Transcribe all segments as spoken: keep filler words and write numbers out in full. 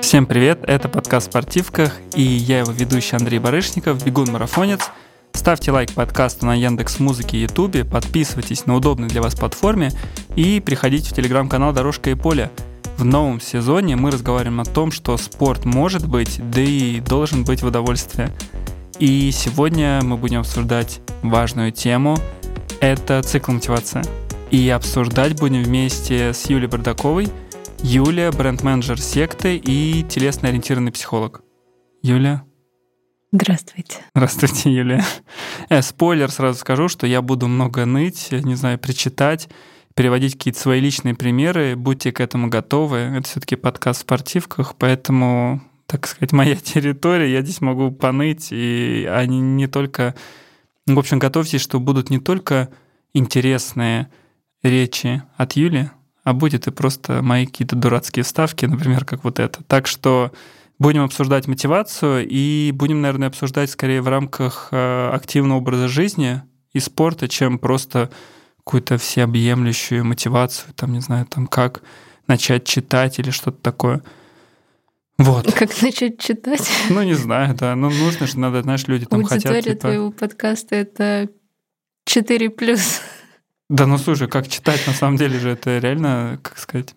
Всем привет, это подкаст в спортивках, и я его ведущий Андрей Барышников, бегун-марафонец. Ставьте лайк подкасту на Яндекс.Музыке и Ютубе, подписывайтесь на удобной для вас платформе и приходите в телеграм-канал «Дорожка и поле». В новом сезоне мы разговариваем о том, что спорт может быть, да и должен быть в удовольствие. И сегодня мы будем обсуждать важную тему – это цикл мотивации. И обсуждать будем вместе с Юлией Бардаковой. Юлия – бренд-менеджер секты и телесно-ориентированный психолог. Юлия. Здравствуйте. Здравствуйте, Юлия. Э, спойлер, сразу скажу, что я буду много ныть, не знаю, причитать, переводить какие-то свои личные примеры. Будьте к этому готовы. Это все-таки подкаст в спортивках, поэтому, так сказать, моя территория, я здесь могу поныть, и они не только... В общем, готовьтесь, что будут не только интересные речи от Юли, а будет и просто мои какие-то дурацкие вставки, например, как вот это. Так что будем обсуждать мотивацию и будем, наверное, обсуждать скорее в рамках активного образа жизни и спорта, чем просто какую-то всеобъемлющую мотивацию, там, не знаю, там, как начать читать или что-то такое. Вот. Как начать читать? Ну, не знаю, да. Ну, нужно же, надо, знаешь, люди там хотят... Аудитория типа... твоего подкаста — это четыре плюс. Да, ну слушай, как читать, на самом деле же это реально, как сказать,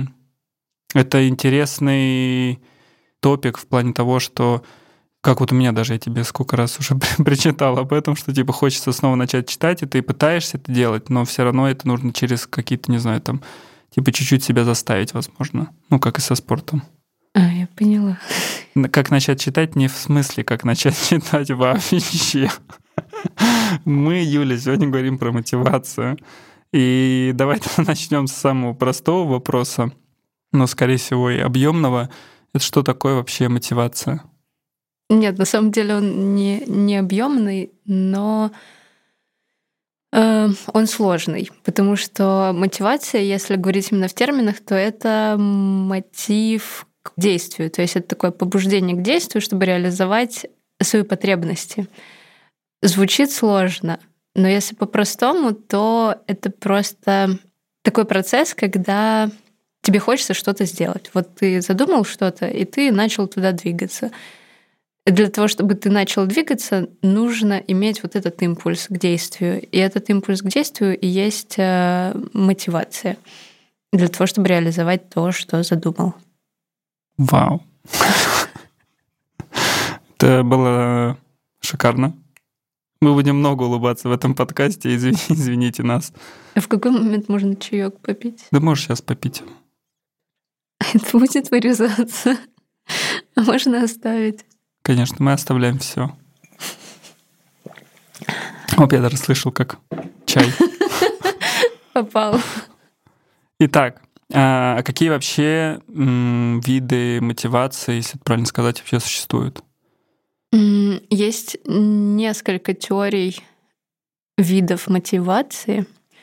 это интересный топик в плане того, что, как вот у меня даже, я тебе сколько раз уже причитал об этом, что типа хочется снова начать читать, и ты пытаешься это делать, но все равно это нужно через какие-то, не знаю, там, типа чуть-чуть себя заставить, возможно, ну, как и со спортом. А, я поняла. Как начать читать не в смысле, как начать читать вообще. Мы, Юля, сегодня говорим про мотивацию. И давайте начнем с самого простого вопроса, но, скорее всего, и объемного. Это что такое вообще мотивация? Нет, на самом деле он не, не объемный, но э, он сложный, потому что мотивация, если говорить именно в терминах, то это мотив к действию, то есть это такое побуждение к действию, чтобы реализовать свои потребности. Звучит сложно, но если по-простому, то это просто такой процесс, когда тебе хочется что-то сделать. Вот ты задумал что-то, и ты начал туда двигаться. И для того, чтобы ты начал двигаться, нужно иметь вот этот импульс к действию. И этот импульс к действию и есть мотивация для того, чтобы реализовать то, что задумал. Вау. Это было шикарно. Мы будем много улыбаться в этом подкасте, извини, извините нас. А в какой момент можно чаек попить? Да можешь сейчас попить. Это будет вырезаться. А можно оставить? Конечно, мы оставляем все. Оп, я даже слышал, как чай. Попал. Итак, а какие вообще м, виды мотивации, если это правильно сказать, вообще существуют? Есть несколько теорий видов мотивации.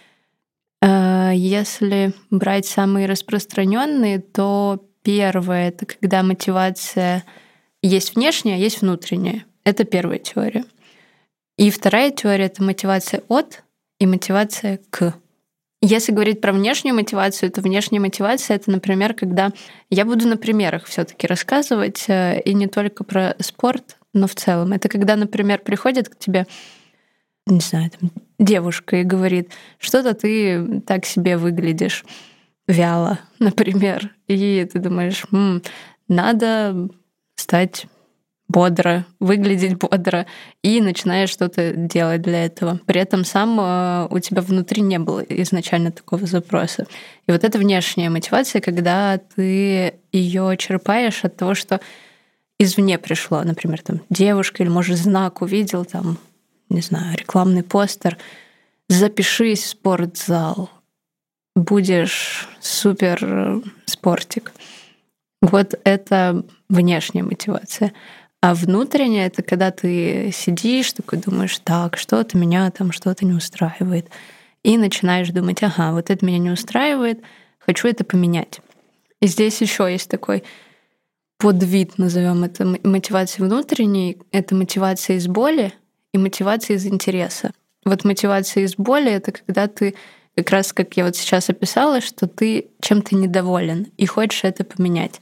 Если брать самые распространенные, то первое — это когда мотивация есть внешняя, а есть внутренняя. Это первая теория. И вторая теория — это мотивация от и мотивация к. Если говорить про внешнюю мотивацию, то внешняя мотивация — это, например, когда я буду на примерах все-таки рассказывать, и не только про спорт, но в целом. Это когда, например, приходит к тебе, не знаю, там, девушка и говорит, что-то ты так себе выглядишь вяло, например. И ты думаешь, М, надо стать бодро, выглядеть бодро, и начинаешь что-то делать для этого. При этом сам у тебя внутри не было изначально такого запроса. И вот это внешняя мотивация, когда ты ее черпаешь от того, что извне пришло, например, там девушка или, может, знак увидел, там, не знаю, рекламный постер, запишись в спортзал, будешь супер спортик. Вот это внешняя мотивация. А внутренняя — это когда ты сидишь, такой думаешь, так, что-то меня там, что-то не устраивает. И начинаешь думать, ага, вот это меня не устраивает, хочу это поменять. И здесь еще есть такой подвид, назовем это, мотивации внутренней. Это мотивация из боли и мотивация из интереса. Вот мотивация из боли — это когда ты как раз, как я вот сейчас описала, что ты чем-то недоволен и хочешь это поменять.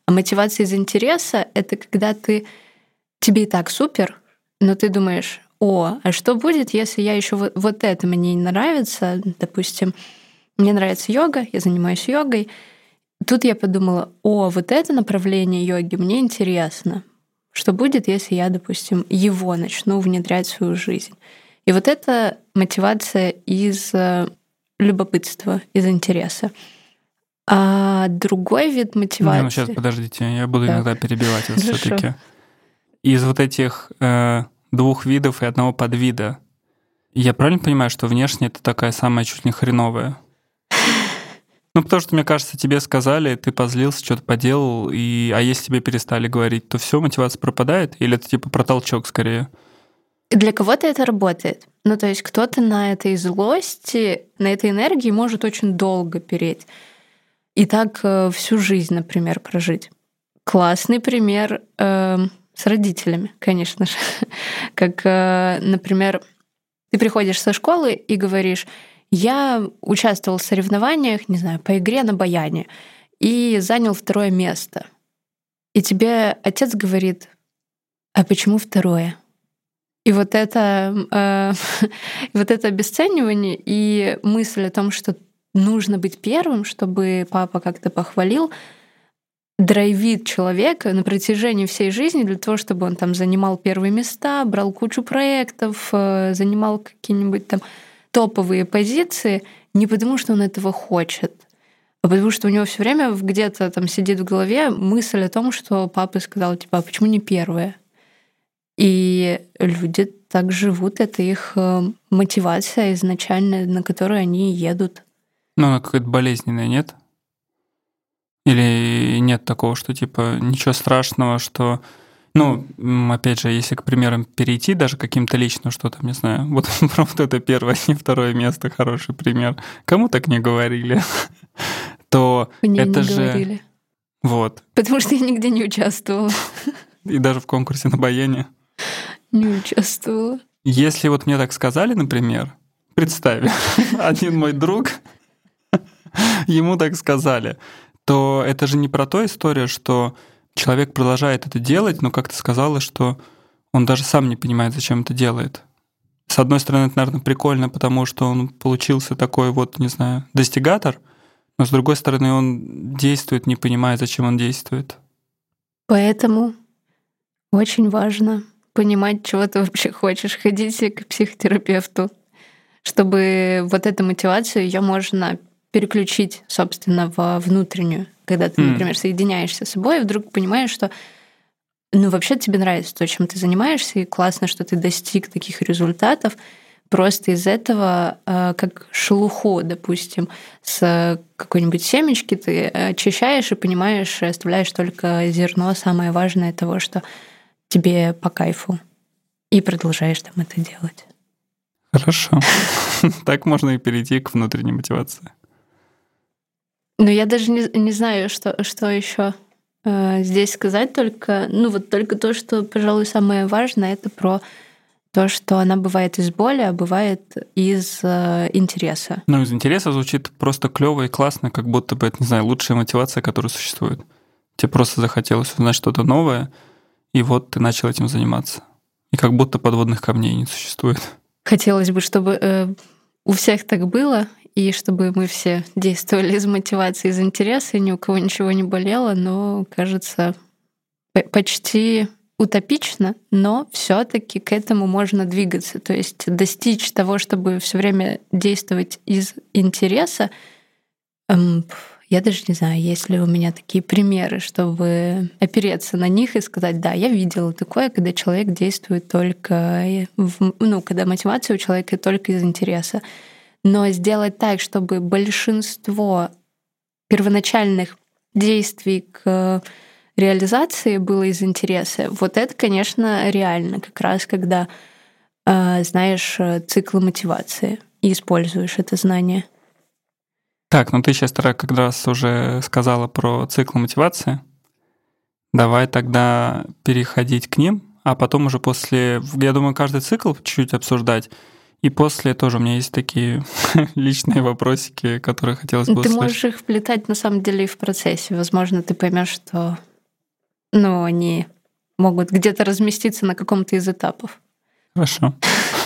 А мотивация из интереса — это когда ты тебе и так супер, но ты думаешь: о, а что будет, если я еще вот, вот это мне не нравится? Допустим, мне нравится йога, я занимаюсь йогой. Тут я подумала: о, вот это направление йоги мне интересно. Что будет, если я, допустим, его начну внедрять в свою жизнь? И вот это мотивация из любопытства, из интереса. А другой вид мотивации... Не, ну сейчас, подождите, я буду так. иногда перебивать вас все-таки. Из вот этих э, двух видов и одного подвида, я правильно понимаю, что внешне это такая самая чуть не хреновая? Ну, потому что, мне кажется, тебе сказали, ты позлился, что-то поделал, и... а если тебе перестали говорить, то все, мотивация пропадает? Или это типа про толчок скорее? Для кого-то это работает. Ну, то есть кто-то на этой злости, на этой энергии может очень долго переть. И так всю жизнь, например, прожить. Классный пример э, с родителями, конечно же. Как, э, например, ты приходишь со школы и говоришь: я участвовал в соревнованиях, не знаю, по игре на баяне и занял второе место. И тебе отец говорит: а почему второе? И вот это, э, вот это обесценивание и мысль о том, что нужно быть первым, чтобы папа как-то похвалил, драйвит человека на протяжении всей жизни для того, чтобы он там занимал первые места, брал кучу проектов, занимал какие-нибудь там топовые позиции, не потому что он этого хочет, а потому что у него все время где-то там сидит в голове мысль о том, что папа сказал, типа: а почему не первое? И люди так живут, это их мотивация изначально, на которую они едут. Ну, она какая-то болезненная, нет? Или нет такого, что типа ничего страшного, что... Ну, опять же, если к примерам перейти, даже каким-то личным, что там, не знаю, вот про вот это первое, не второе место, хороший пример. Кому так не говорили, то Мне это не же... говорили. Вот. Потому что я нигде не участвовала. И даже в конкурсе на баяне. Не участвовала. Если вот мне так сказали, например, представь, один мой друг, ему так сказали, то это же не про то история, что человек продолжает это делать, но как ты сказала, что он даже сам не понимает, зачем это делает. С одной стороны, это, наверное, прикольно, потому что он получился такой вот, не знаю, достигатор, но с другой стороны, он действует, не понимая, зачем он действует. Поэтому очень важно понимать, чего ты вообще хочешь. Ходите к психотерапевту, чтобы вот эту мотивацию, ее можно переключить, собственно, во внутреннюю. Когда ты, например, соединяешься с собой, и вдруг понимаешь, что ну, вообще тебе нравится то, чем ты занимаешься, и классно, что ты достиг таких результатов. Просто из этого, как шелуху, допустим, с какой-нибудь семечки ты очищаешь и понимаешь, и оставляешь только зерно, самое важное того, что тебе по кайфу, и продолжаешь там это делать. Хорошо. Так можно и перейти к внутренней мотивации. Но я даже не, не знаю, что, что еще э, здесь сказать, только, ну вот только то, что, пожалуй, самое важное, это про то, что она бывает из боли, а бывает из э, интереса. Ну, из интереса звучит просто клево и классно, как будто бы это, не знаю, лучшая мотивация, которая существует. Тебе просто захотелось узнать что-то новое, и вот ты начал этим заниматься. И как будто подводных камней не существует. Хотелось бы, чтобы э, у всех так было, и чтобы мы все действовали из мотивации, из интереса, и ни у кого ничего не болело, но, кажется, почти утопично, но все-таки к этому можно двигаться. То есть достичь того, чтобы все время действовать из интереса. Эм, я даже не знаю, есть ли у меня такие примеры, чтобы опереться на них и сказать: да, я видела такое, когда человек действует только, в, ну, когда мотивация у человека только из интереса. Но сделать так, чтобы большинство первоначальных действий к реализации было из интереса, вот это, конечно, реально. Как раз когда э, знаешь циклы мотивации и используешь это знание. Так, ну ты сейчас как раз уже сказала про циклы мотивации. Давай тогда переходить к ним, а потом уже после, я думаю, каждый цикл чуть-чуть обсуждать. И после тоже у меня есть такие личные вопросики, которые хотелось бы Ты услышать. можешь их вплетать на самом деле и в процессе. Возможно, ты поймешь, что но они могут где-то разместиться на каком-то из этапов. Хорошо.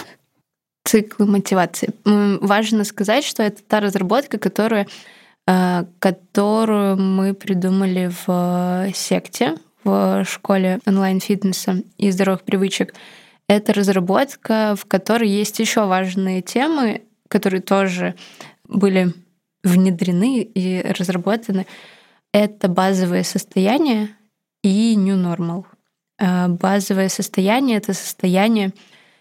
Циклы мотивации. Важно сказать, что это та разработка, которая, которую мы придумали в секте, в школе онлайн-фитнеса и здоровых привычек. Это разработка, в которой есть еще важные темы, которые тоже были внедрены и разработаны. Это базовое состояние и new normal. Базовое состояние — это состояние,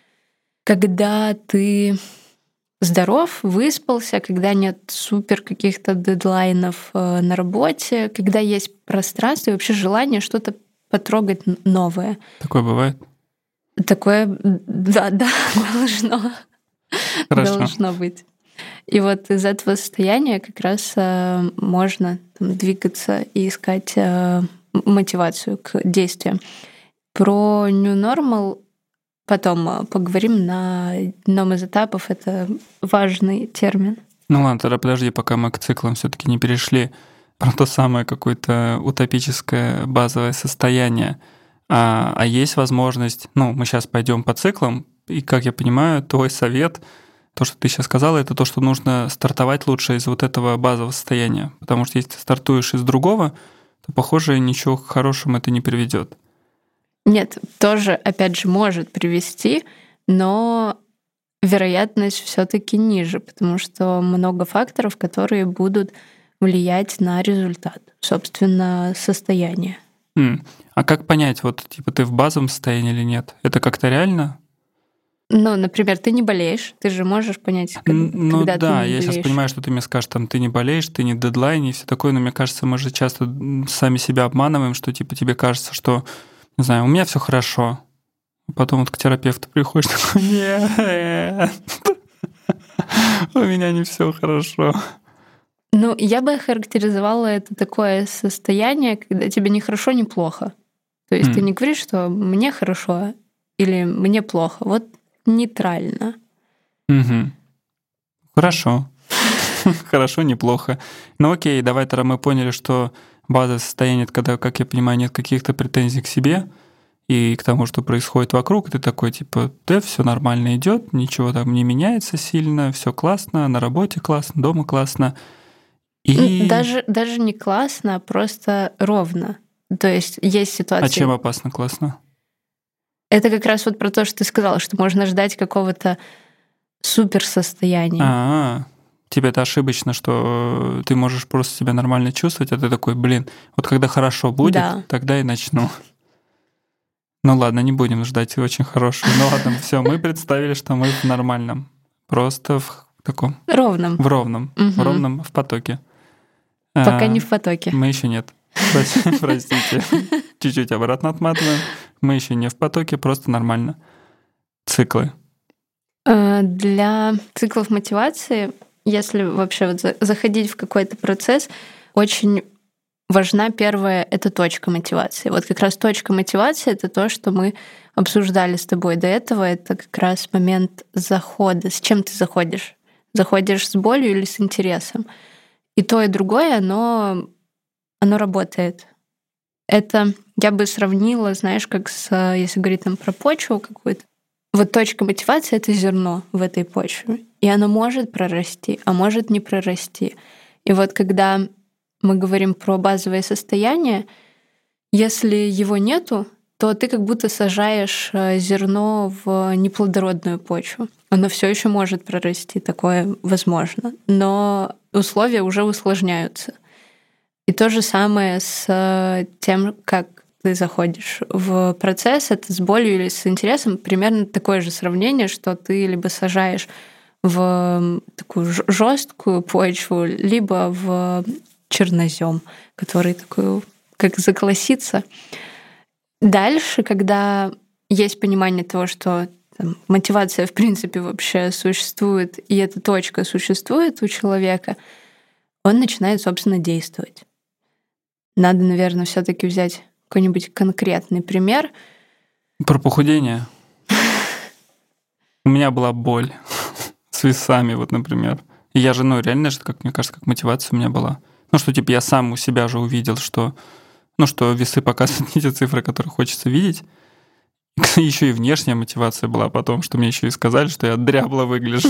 когда ты здоров, выспался, когда нет супер каких-то дедлайнов на работе, когда есть пространство и вообще желание что-то потрогать новое. Такое бывает? Такое, да, да, должно, должно быть. И вот из этого состояния как раз можно там двигаться и искать мотивацию к действиям. Про New Normal потом поговорим на одном из этапов. Это важный термин. Ну ладно, тогда подожди, пока мы к циклам все-таки не перешли. Про то самое какое-то утопическое базовое состояние. А, а есть возможность, ну, мы сейчас пойдем по циклам, и, как я понимаю, твой совет, то, что ты сейчас сказала, это то, что нужно стартовать лучше из вот этого базового состояния. Потому что если ты стартуешь из другого, то, похоже, ничего к хорошему это не приведет. Нет, тоже, опять же, может привести, но вероятность все-таки ниже, потому что много факторов, которые будут влиять на результат, собственно, состояние. Mm. А как понять, вот типа ты в базовом состоянии или нет? Это как-то реально? Ну, например, ты не болеешь, ты же можешь понять, когда, ну, когда да, ты не я болеешь. сейчас понимаю, что ты мне скажешь, там, ты не болеешь, ты не в дедлайне и все такое, но мне кажется, мы же часто сами себя обманываем, что типа тебе кажется, что, не знаю, у меня все хорошо. Потом вот к терапевту приходишь, такой, нет, у меня не все хорошо. Ну, я бы охарактеризовала это такое состояние, когда тебе ни хорошо, ни плохо. То есть mm. ты не говоришь, что мне хорошо или мне плохо. Вот нейтрально. Угу. Хорошо. Хорошо, неплохо. Ну окей, давай тогда мы поняли, что базовое состояние — это когда, как я понимаю, нет каких-то претензий к себе и к тому, что происходит вокруг. Ты такой, типа, да, все нормально идет, ничего там не меняется сильно, все классно, на работе классно, дома классно. И... Даже, даже не классно, а просто ровно. То есть есть ситуации... А чем опасно классно? Это как раз вот про то, что ты сказала, что можно ждать какого-то суперсостояния. А-а-а. Тебе это ошибочно, что ты можешь просто себя нормально чувствовать, а ты такой, блин, вот когда хорошо будет, да. тогда и начну. Ну ладно, не будем ждать очень хорошего. Ну ладно, все, мы представили, что мы в нормальном. Просто в таком... Ровном. В ровном. Угу. В ровном, в потоке. Пока а, не в потоке. Мы еще нет. Простите. Чуть-чуть обратно отматываем. Мы еще не в потоке, просто нормально. Циклы. Для циклов мотивации, если вообще вот заходить в какой-то процесс, очень важна первая — это точка мотивации. Вот как раз точка мотивации — это то, что мы обсуждали с тобой до этого. Это как раз момент захода. С чем ты заходишь? Заходишь с болью или с интересом? И то, и другое, оно, оно работает. Это я бы сравнила, знаешь, как с, если говорить там про почву какую-то. Вот точка мотивации — это зерно в этой почве. И оно может прорасти, а может не прорасти. И вот когда мы говорим про базовое состояние, если его нету, то ты как будто сажаешь зерно в неплодородную почву. Оно все еще может прорасти, такое возможно, но условия уже усложняются. И то же самое с тем, как ты заходишь в процесс, это с болью или с интересом, примерно такое же сравнение, что ты либо сажаешь в такую жесткую почву, либо в чернозем, который такой, как заколосится. Дальше, когда есть понимание того, что там, мотивация в принципе вообще существует, и эта точка существует у человека, он начинает, собственно, действовать. Надо, наверное, все-таки взять какой-нибудь конкретный пример. Про похудение. У меня была боль с весами, вот, например. И я же, ну, реально же, как мне кажется, как мотивация у меня была. Ну, что, типа, я сам у себя же увидел, что Ну, что весы показывают не те цифры, которые хочется видеть. Еще и внешняя мотивация была потом, что мне еще и сказали, что я дрябло выгляжу.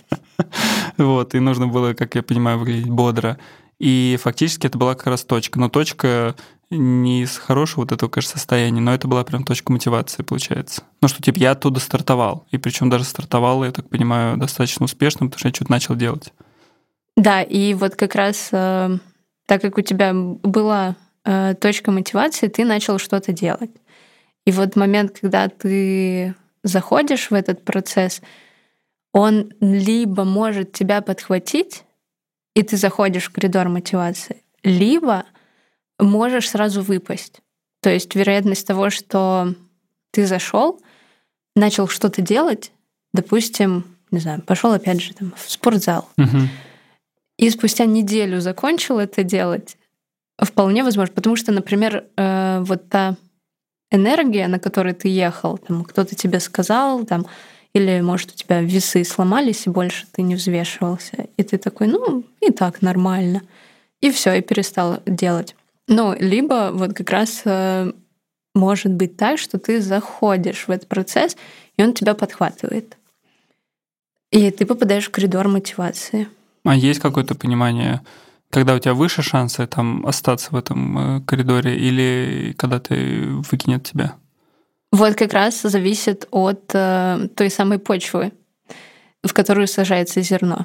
Вот, и нужно было, как я понимаю, выглядеть бодро. И фактически это была как раз точка. Но точка не из хорошего вот этого, конечно, состояния, но это была прям точка мотивации, получается. Ну, что типа я оттуда стартовал. И причем даже стартовал, я так понимаю, достаточно успешно, потому что я что-то начал делать. Да, и вот как раз э, так как у тебя была э, точка мотивации, ты начал что-то делать. И вот момент, когда ты заходишь в этот процесс, он либо может тебя подхватить, и ты заходишь в коридор мотивации, либо можешь сразу выпасть. То есть вероятность того, что ты зашел, начал что-то делать, допустим, не знаю, пошел опять же там, в спортзал, угу. и спустя неделю закончил это делать, вполне возможно. Потому что, например, э, вот та энергия, на которой ты ехал, там кто-то тебе сказал, там, или, может, у тебя весы сломались, и больше ты не взвешивался. И ты такой, ну, и так нормально. И все, и перестал делать. Ну, либо вот как раз э, может быть так, что ты заходишь в этот процесс, и он тебя подхватывает. И ты попадаешь в коридор мотивации. А есть какое-то понимание, когда у тебя выше шансы там остаться в этом коридоре или когда ты выкинет тебя? Вот как раз зависит от э, той самой почвы, в которую сажается зерно.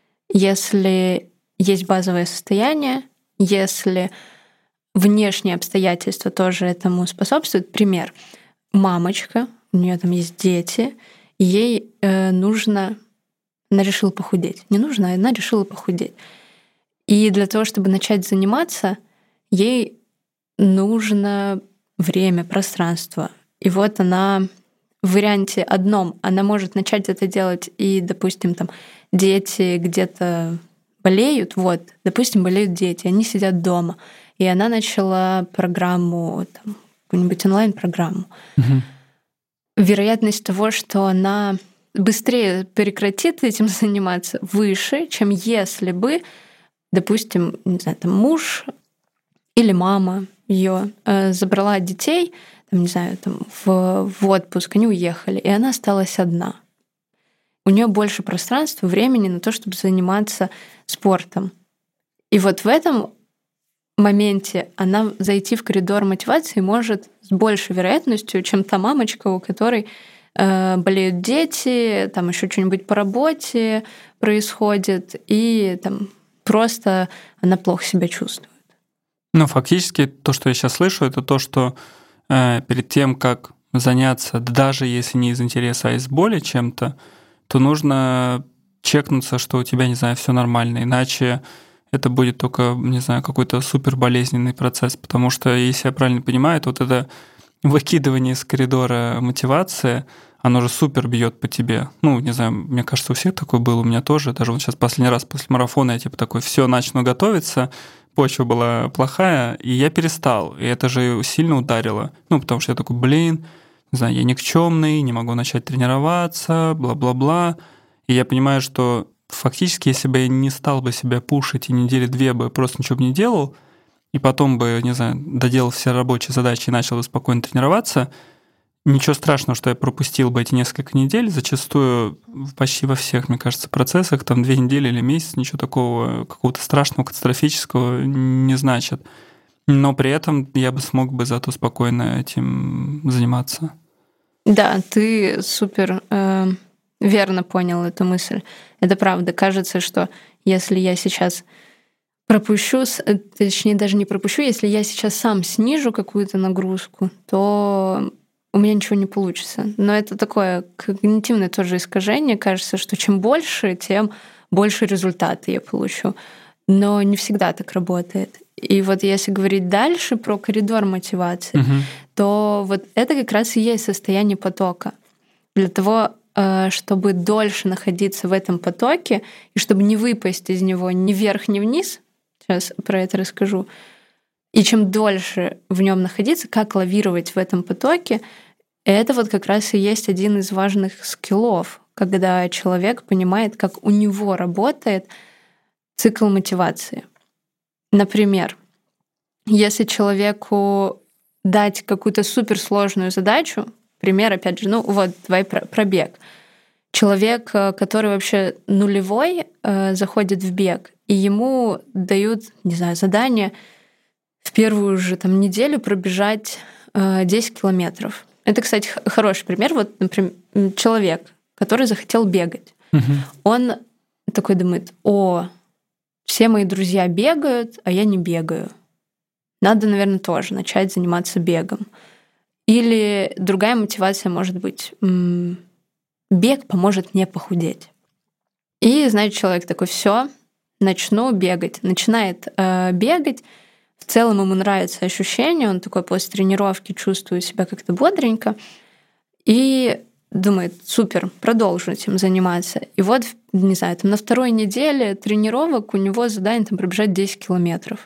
Если есть базовое состояние, если внешние обстоятельства тоже этому способствуют. Пример. Мамочка, у нее там есть дети, и ей э, нужно... Она решила похудеть. Не нужно, она решила похудеть. И для того, чтобы начать заниматься, ей нужно время, пространство. И вот она в варианте одном, она может начать это делать, и, допустим, там дети где-то болеют, вот, допустим, болеют дети, они сидят дома, и она начала программу, там, какую-нибудь онлайн-программу. Угу. Вероятность того, что она быстрее прекратит этим заниматься, выше, чем если бы, допустим, не знаю, там муж или мама ее э, забрала детей, там, не знаю, там, в, в отпуск, они уехали, и она осталась одна. У нее больше пространства, времени на то, чтобы заниматься спортом. И вот в этом моменте она зайти в коридор мотивации может с большей вероятностью, чем та мамочка, у которой э, болеют дети, там еще что-нибудь по работе происходит, и там просто она плохо себя чувствует. Ну, фактически, то, что я сейчас слышу, это то, что э, перед тем, как заняться, даже если не из интереса, а из боли чем-то, то нужно чекнуться, что у тебя, не знаю, все нормально, иначе это будет только, не знаю, какой-то суперболезненный процесс, потому что, если я правильно понимаю, то вот это выкидывание из коридора мотивации, оно же супер бьет по тебе. Ну, не знаю, мне кажется, у всех такое было, у меня тоже. Даже вот сейчас последний раз после марафона я типа такой, все, начну готовиться, почва была плохая, и я перестал. И это же сильно ударило. Ну, потому что я такой, блин, не знаю, я никчемный, не могу начать тренироваться, бла-бла-бла. И я понимаю, что фактически, если бы я не стал бы себя пушить и недели две бы просто ничего бы не делал, и потом бы, не знаю, доделал все рабочие задачи и начал бы спокойно тренироваться, ничего страшного, что я пропустил бы эти несколько недель. Зачастую почти во всех, мне кажется, процессах, там две недели или месяц, ничего такого, какого-то страшного, катастрофического не значит. Но при этом я бы смог бы зато спокойно этим заниматься. Да, ты супер э, верно понял эту мысль. Это правда. Кажется, что если я сейчас пропущу, точнее даже не пропущу, если я сейчас сам снижу какую-то нагрузку, то у меня ничего не получится. Но это такое когнитивное тоже искажение. Кажется, что чем больше, тем больше результата я получу. Но не всегда так работает. И вот если говорить дальше про коридор мотивации, угу. то вот это как раз и есть состояние потока. Для того, чтобы дольше находиться в этом потоке, и чтобы не выпасть из него ни вверх, ни вниз, сейчас про это расскажу, и чем дольше в нем находиться, как лавировать в этом потоке, это вот как раз и есть один из важных скиллов, когда человек понимает, как у него работает цикл мотивации. Например, если человеку дать какую-то суперсложную задачу, пример, опять же, ну вот, давай про, про бег. Человек, который вообще нулевой, заходит в бег, и ему дают, не знаю, задание в первую же там неделю пробежать десять километров. Это, кстати, хороший пример. Вот, например, человек, который захотел бегать, угу. Он такой думает: о, все мои друзья бегают, а я не бегаю. Надо, наверное, тоже начать заниматься бегом. Или другая мотивация может быть: бег поможет мне похудеть. И, значит, человек такой: все, начну бегать. Начинает э, бегать. В целом ему нравится ощущение, он такой после тренировки чувствует себя как-то бодренько и думает: супер, продолжу этим заниматься. И вот, не знаю, там на второй неделе тренировок у него задание там пробежать десять километров.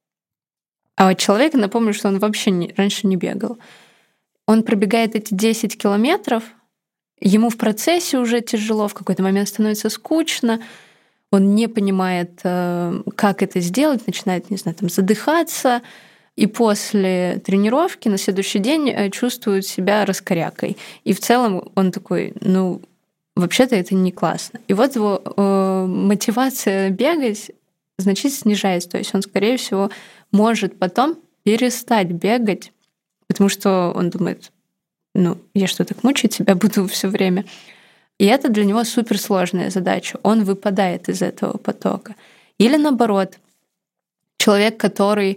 А вот человек, напомню, что он вообще не, раньше не бегал. Он пробегает эти десять километров, ему в процессе уже тяжело, в какой-то момент становится скучно, он не понимает, как это сделать, начинает, не знаю, там, задыхаться, и после тренировки на следующий день чувствует себя раскорякой. И в целом он такой: ну, вообще-то это не классно. И вот его э, мотивация бегать значительно снижается. То есть он, скорее всего, может потом перестать бегать, потому что он думает: ну, я что, так мучить себя буду все время? И это для него суперсложная задача. Он выпадает из этого потока. Или наоборот, человек, который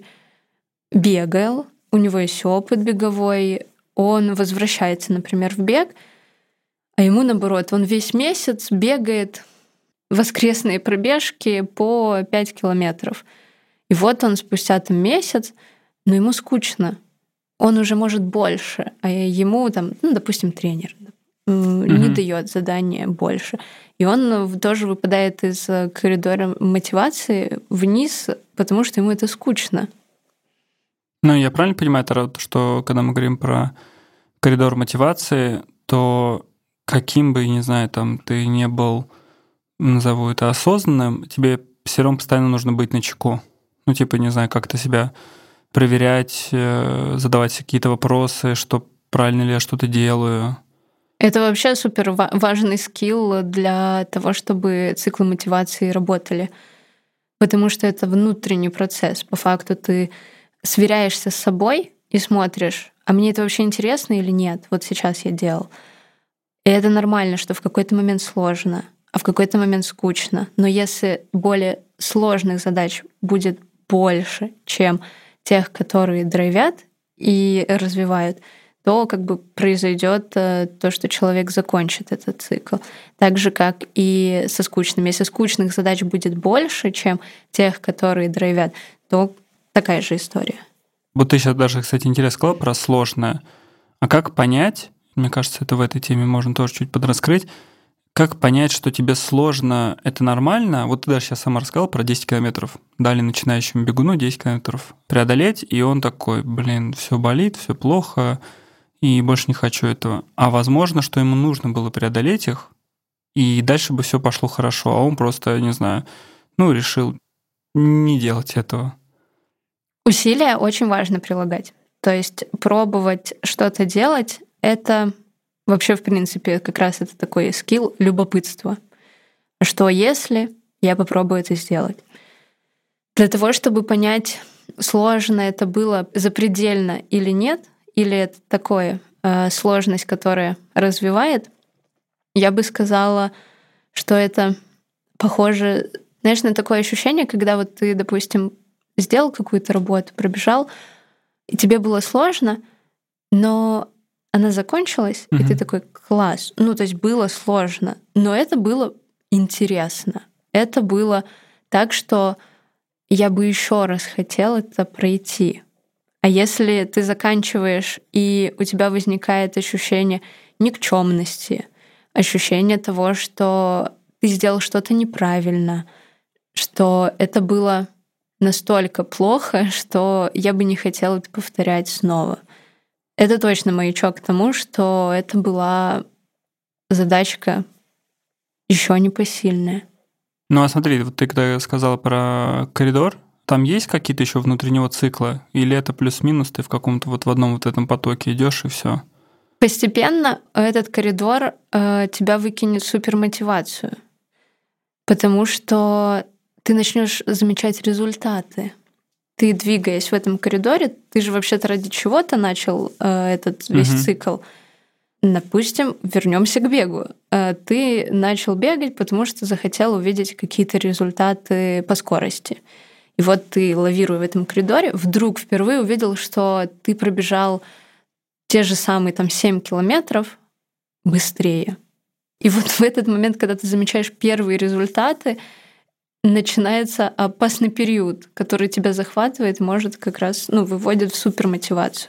бегал, у него есть опыт беговой, он возвращается, например, в бег, а ему наоборот, он весь месяц бегает воскресные пробежки по пять километров. И вот он спустя там месяц, но ему скучно. Он уже может больше, а ему там, ну, допустим, тренер mm-hmm. не дает задания больше. И он тоже выпадает из коридора мотивации вниз, потому что ему это скучно. Ну, я правильно понимаю, Тарат, что когда мы говорим про коридор мотивации, то каким бы, не знаю, там ты не был, назову это, осознанным, тебе все равно постоянно нужно быть начеку. Ну, типа, не знаю, как-то себя проверять, задавать какие-то вопросы, что правильно ли я что-то делаю. Это вообще супер важный скилл для того, чтобы циклы мотивации работали. Потому что это внутренний процесс. По факту ты сверяешься с собой и смотришь, а мне это вообще интересно или нет? Вот сейчас я делал. И это нормально, что в какой-то момент сложно, а в какой-то момент скучно. Но если более сложных задач будет больше, чем тех, которые драйвят и развивают, то как бы произойдет то, что человек закончит этот цикл. Так же, как и со скучными. Если скучных задач будет больше, чем тех, которые драйвят, то такая же история. Вот ты сейчас даже, кстати, интересно сказала про сложное. А как понять, мне кажется, это в этой теме можно тоже чуть подраскрыть, как понять, что тебе сложно, это нормально? Вот ты даже сейчас сама рассказала про десять километров. Дали начинающему бегуну десять километров преодолеть, и он такой: блин, все болит, все плохо, и больше не хочу этого. А возможно, что ему нужно было преодолеть их, и дальше бы все пошло хорошо, а он просто, не знаю, ну, решил не делать этого. Усилия очень важно прилагать. То есть пробовать что-то делать — это вообще, в принципе, как раз это такой скилл любопытства. Что если я попробую это сделать? Для того, чтобы понять, сложно это было запредельно или нет, или это такое э, сложность, которая развивает, я бы сказала, что это похоже, знаешь, на такое ощущение, когда вот ты, допустим, сделал какую-то работу, пробежал, и тебе было сложно, но она закончилась, mm-hmm. и ты такой: класс. Ну, то есть было сложно, но это было интересно. Это было так, что я бы еще раз хотела это пройти. А если ты заканчиваешь, и у тебя возникает ощущение никчемности, ощущение того, что ты сделал что-то неправильно, что это было настолько плохо, что я бы не хотела это повторять снова. Это точно маячок к тому, что это была задачка еще непосильная. Ну а смотри, вот ты когда сказала про коридор там есть какие-то еще внутреннего цикла? Или это плюс-минус, ты в каком-то вот в одном вот этом потоке идешь и все? Постепенно этот коридор э, тебя выкинет в супермотивацию, потому что ты начнешь замечать результаты. Ты, двигаясь в этом коридоре, ты же вообще-то ради чего-то начал э, этот весь Мгм. цикл. Допустим, вернемся к бегу. Э, Ты начал бегать, потому что захотел увидеть какие-то результаты по скорости. И вот ты, лавируя в этом коридоре, вдруг впервые увидел, что ты пробежал те же самые там семь километров быстрее. И вот в этот момент, когда ты замечаешь первые результаты, начинается опасный период, который тебя захватывает, может как раз, ну, выводит в супермотивацию.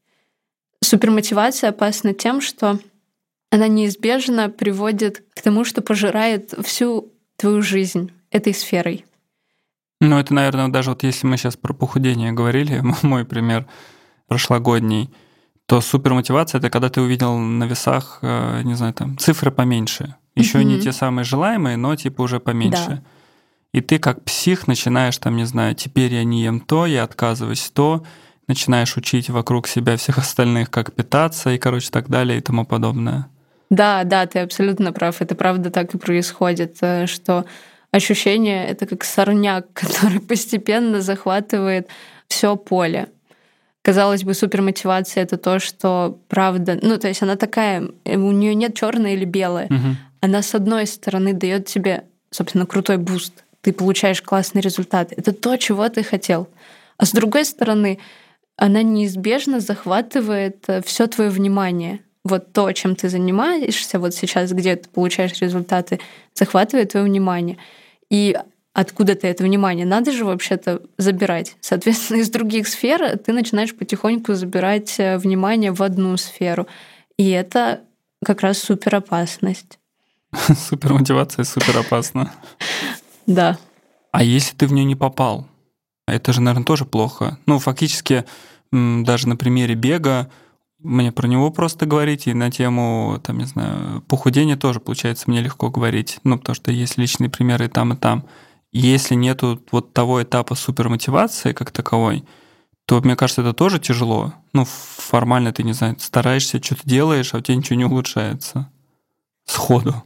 Супермотивация опасна тем, что она неизбежно приводит к тому, что пожирает всю твою жизнь этой сферой. Ну, это, наверное, даже вот если мы сейчас про похудение говорили, мой пример прошлогодний, то супермотивация — это когда ты увидел на весах, э, не знаю, там цифры поменьше. Еще не Мгм. те самые желаемые, но типа уже поменьше. Да. И ты как псих начинаешь там, не знаю, теперь я не ем то, я отказываюсь то, начинаешь учить вокруг себя всех остальных, как питаться и, короче, так далее и тому подобное. Да, да, ты абсолютно прав. Это правда так и происходит, э, что ощущение — это как сорняк, который постепенно захватывает все поле. Казалось бы, супермотивация — это то, что правда, ну, то есть она такая, э, у нее нет черное или белое. Мгм. Она, с одной стороны, дает тебе, собственно, крутой буст. Ты получаешь классный результат. Это то, чего ты хотел. А с другой стороны, она неизбежно захватывает все твое внимание. Вот то, чем ты занимаешься вот сейчас, где ты получаешь результаты, захватывает твое внимание. И откуда ты это внимание? Надо же вообще-то забирать. Соответственно, из других сфер ты начинаешь потихоньку забирать э, внимание в одну сферу. И это как раз суперопасность. Супермотивация супер опасна. Да. А если ты в нее не попал? Это же, наверное, тоже плохо. Ну, фактически, м, даже на примере бега, мне про него просто говорить, и на тему, там, не знаю, похудения тоже, получается, мне легко говорить. Ну, потому что есть личные примеры и там, и там. Если нету вот того этапа супермотивации как таковой, то, мне кажется, это тоже тяжело. Ну, формально ты, не знаю, стараешься, что-то делаешь, а у тебя ничего не улучшается. Сходу.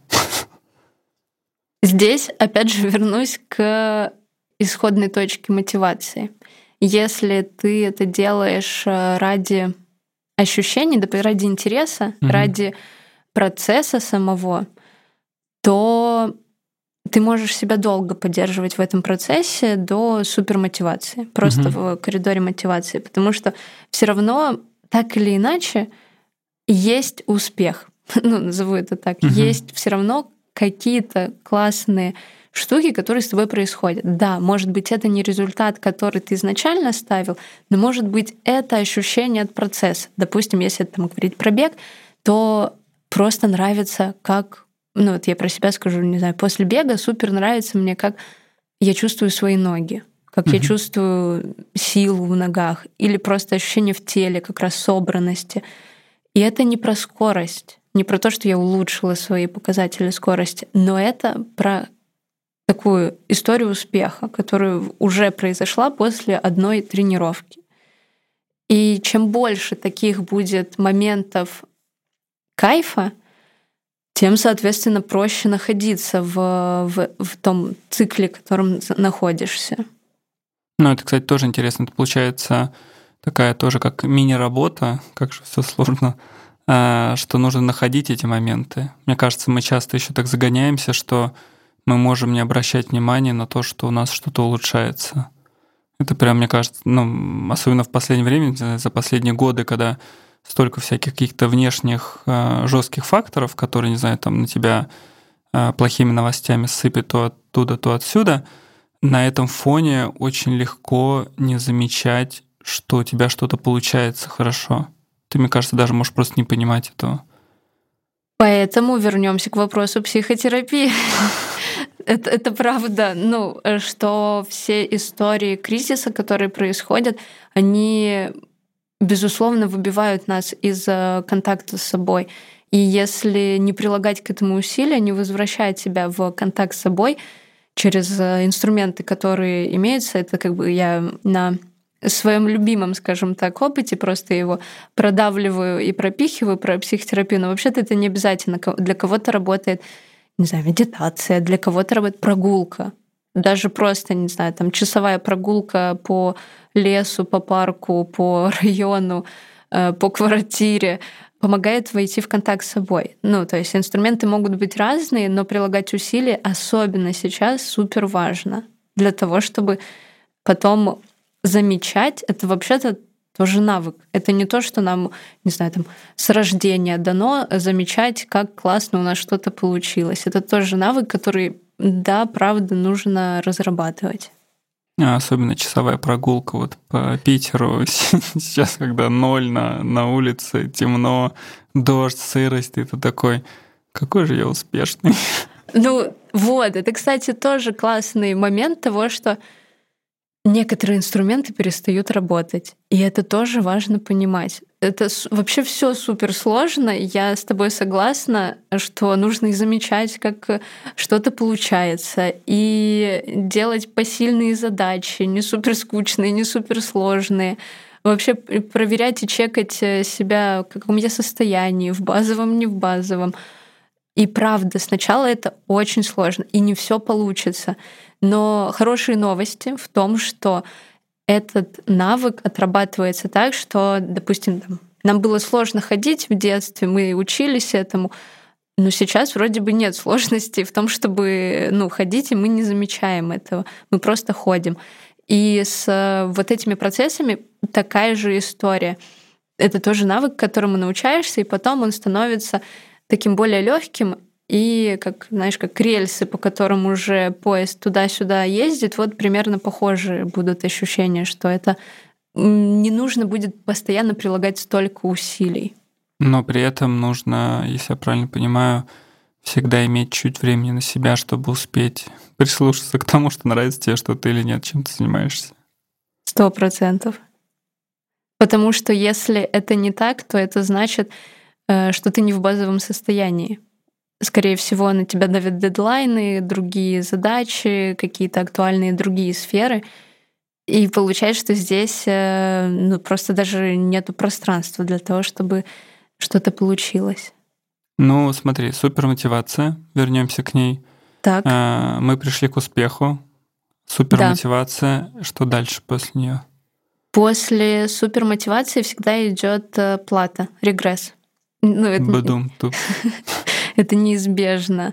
Здесь, опять же, вернусь к исходной точке мотивации. Если ты это делаешь э, ради ощущений, да, ради интереса, Мгм. ради процесса самого, то ты можешь себя долго поддерживать в этом процессе до супермотивации, просто Мгм. в коридоре мотивации, потому что все равно так или иначе есть успех. Ну, назову это так. Мгм. Есть все равно какие-то классные штуки, которые с тобой происходят. Да, может быть, это не результат, который ты изначально ставил, но может быть, это ощущение от процесса. Допустим, если там говорить про бег, то просто нравится, как, ну вот я про себя скажу, не знаю, после бега супер нравится мне, как я чувствую свои ноги, как я Мгм. чувствую силу в ногах, или просто ощущение в теле, как раз собранности. И это не про скорость, не про то, что я улучшила свои показатели скорости, но это про такую историю успеха, которая уже произошла после одной тренировки. И чем больше таких будет моментов кайфа, тем, соответственно, проще находиться в, в, в том цикле, в котором находишься. Ну, это, кстати, тоже интересно. Это получается такая тоже как мини-работа, как же все сложно, а, что нужно находить эти моменты. Мне кажется, мы часто еще так загоняемся, что мы можем не обращать внимания на то, что у нас что-то улучшается. Это прям, мне кажется, ну, особенно в последнее время, не знаю, за последние годы, когда столько всяких каких-то внешних э, жестких факторов, которые, не знаю, там на тебя э, плохими новостями сыпят то оттуда, то отсюда, на этом фоне очень легко не замечать, что у тебя что-то получается хорошо. Ты, мне кажется, даже можешь просто не понимать этого. Поэтому вернемся к вопросу психотерапии. Это, это правда, ну, что все истории кризиса, которые происходят, они, безусловно, выбивают нас из э, контакта с собой. И если не прилагать к этому усилия, не возвращать себя в контакт с собой, через инструменты, которые имеются. Это как бы я на своем любимом, скажем так, опыте просто его продавливаю и пропихиваю про психотерапию. Но вообще-то это не обязательно. Для кого-то работает, не знаю, медитация, для кого-то работает прогулка. Даже просто, не знаю, там часовая прогулка по лесу, по парку, по району, по квартире помогает войти в контакт с собой. Ну, то есть инструменты могут быть разные, но прилагать усилия, особенно сейчас, супер важно для того, чтобы потом замечать. Это вообще-то тоже навык. Это не то, что нам, не знаю, там с рождения дано замечать, как классно у нас что-то получилось. Это тоже навык, который, да, правда, нужно разрабатывать. Особенно часовая прогулка вот по Питеру сейчас, когда ноль на, на улице, темно, дождь, сырость, и ты такой, какой же я успешный. Ну вот, это, кстати, тоже классный момент того, что некоторые инструменты перестают работать. И это тоже важно понимать. Это вообще все супер сложно. Я с тобой согласна, что нужно и замечать, как что-то получается, и делать посильные задачи, не супер скучные, не супер сложные. Вообще проверять и чекать себя, в каком я состоянии, в базовом, не в базовом. И правда, сначала это очень сложно, и не все получится. Но хорошие новости в том, что этот навык отрабатывается так, что, допустим, там, нам было сложно ходить в детстве, мы учились этому, но сейчас вроде бы нет сложностей в том, чтобы ну, ходить, и мы не замечаем этого, мы просто ходим. И с вот этими процессами такая же история. Это тоже навык, которому научаешься, и потом он становится таким более легким, и как, знаешь, как рельсы, по которым уже поезд туда-сюда ездит, вот примерно похожие будут ощущения, что это не нужно будет постоянно прилагать столько усилий. Но при этом нужно, если я правильно понимаю, всегда иметь чуть времени на себя, чтобы успеть прислушаться к тому, что нравится тебе что-то или нет, чем ты занимаешься. Сто процентов. Потому что если это не так, то это значит, что ты не в базовом состоянии. Скорее всего, на тебя давят дедлайны, другие задачи, какие-то актуальные другие сферы. И получается, что здесь ну, просто даже нету пространства для того, чтобы что-то получилось. Ну, смотри, супермотивация, вернемся к ней. Так. Мы пришли к успеху. Супермотивация. Да. Что дальше после нее? После супермотивации всегда идет плата, регресс. Ну, это... Бадум, туп. Это неизбежно.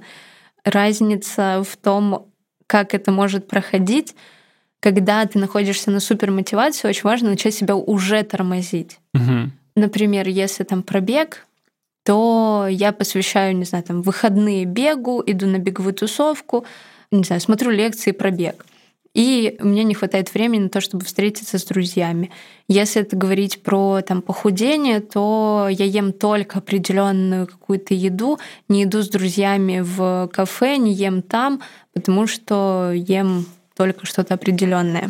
Разница в том, как это может проходить. Когда ты находишься на супермотивации, очень важно начать себя уже тормозить. Угу. Например, если там пробег, то я посвящаю, не знаю, там выходные бегу, иду на беговую тусовку, не знаю, смотрю лекции про бег. И мне не хватает времени на то, чтобы встретиться с друзьями. Если это говорить про там, похудение, то я ем только определенную какую-то еду, не иду с друзьями в кафе, не ем там, потому что ем только что-то определенное.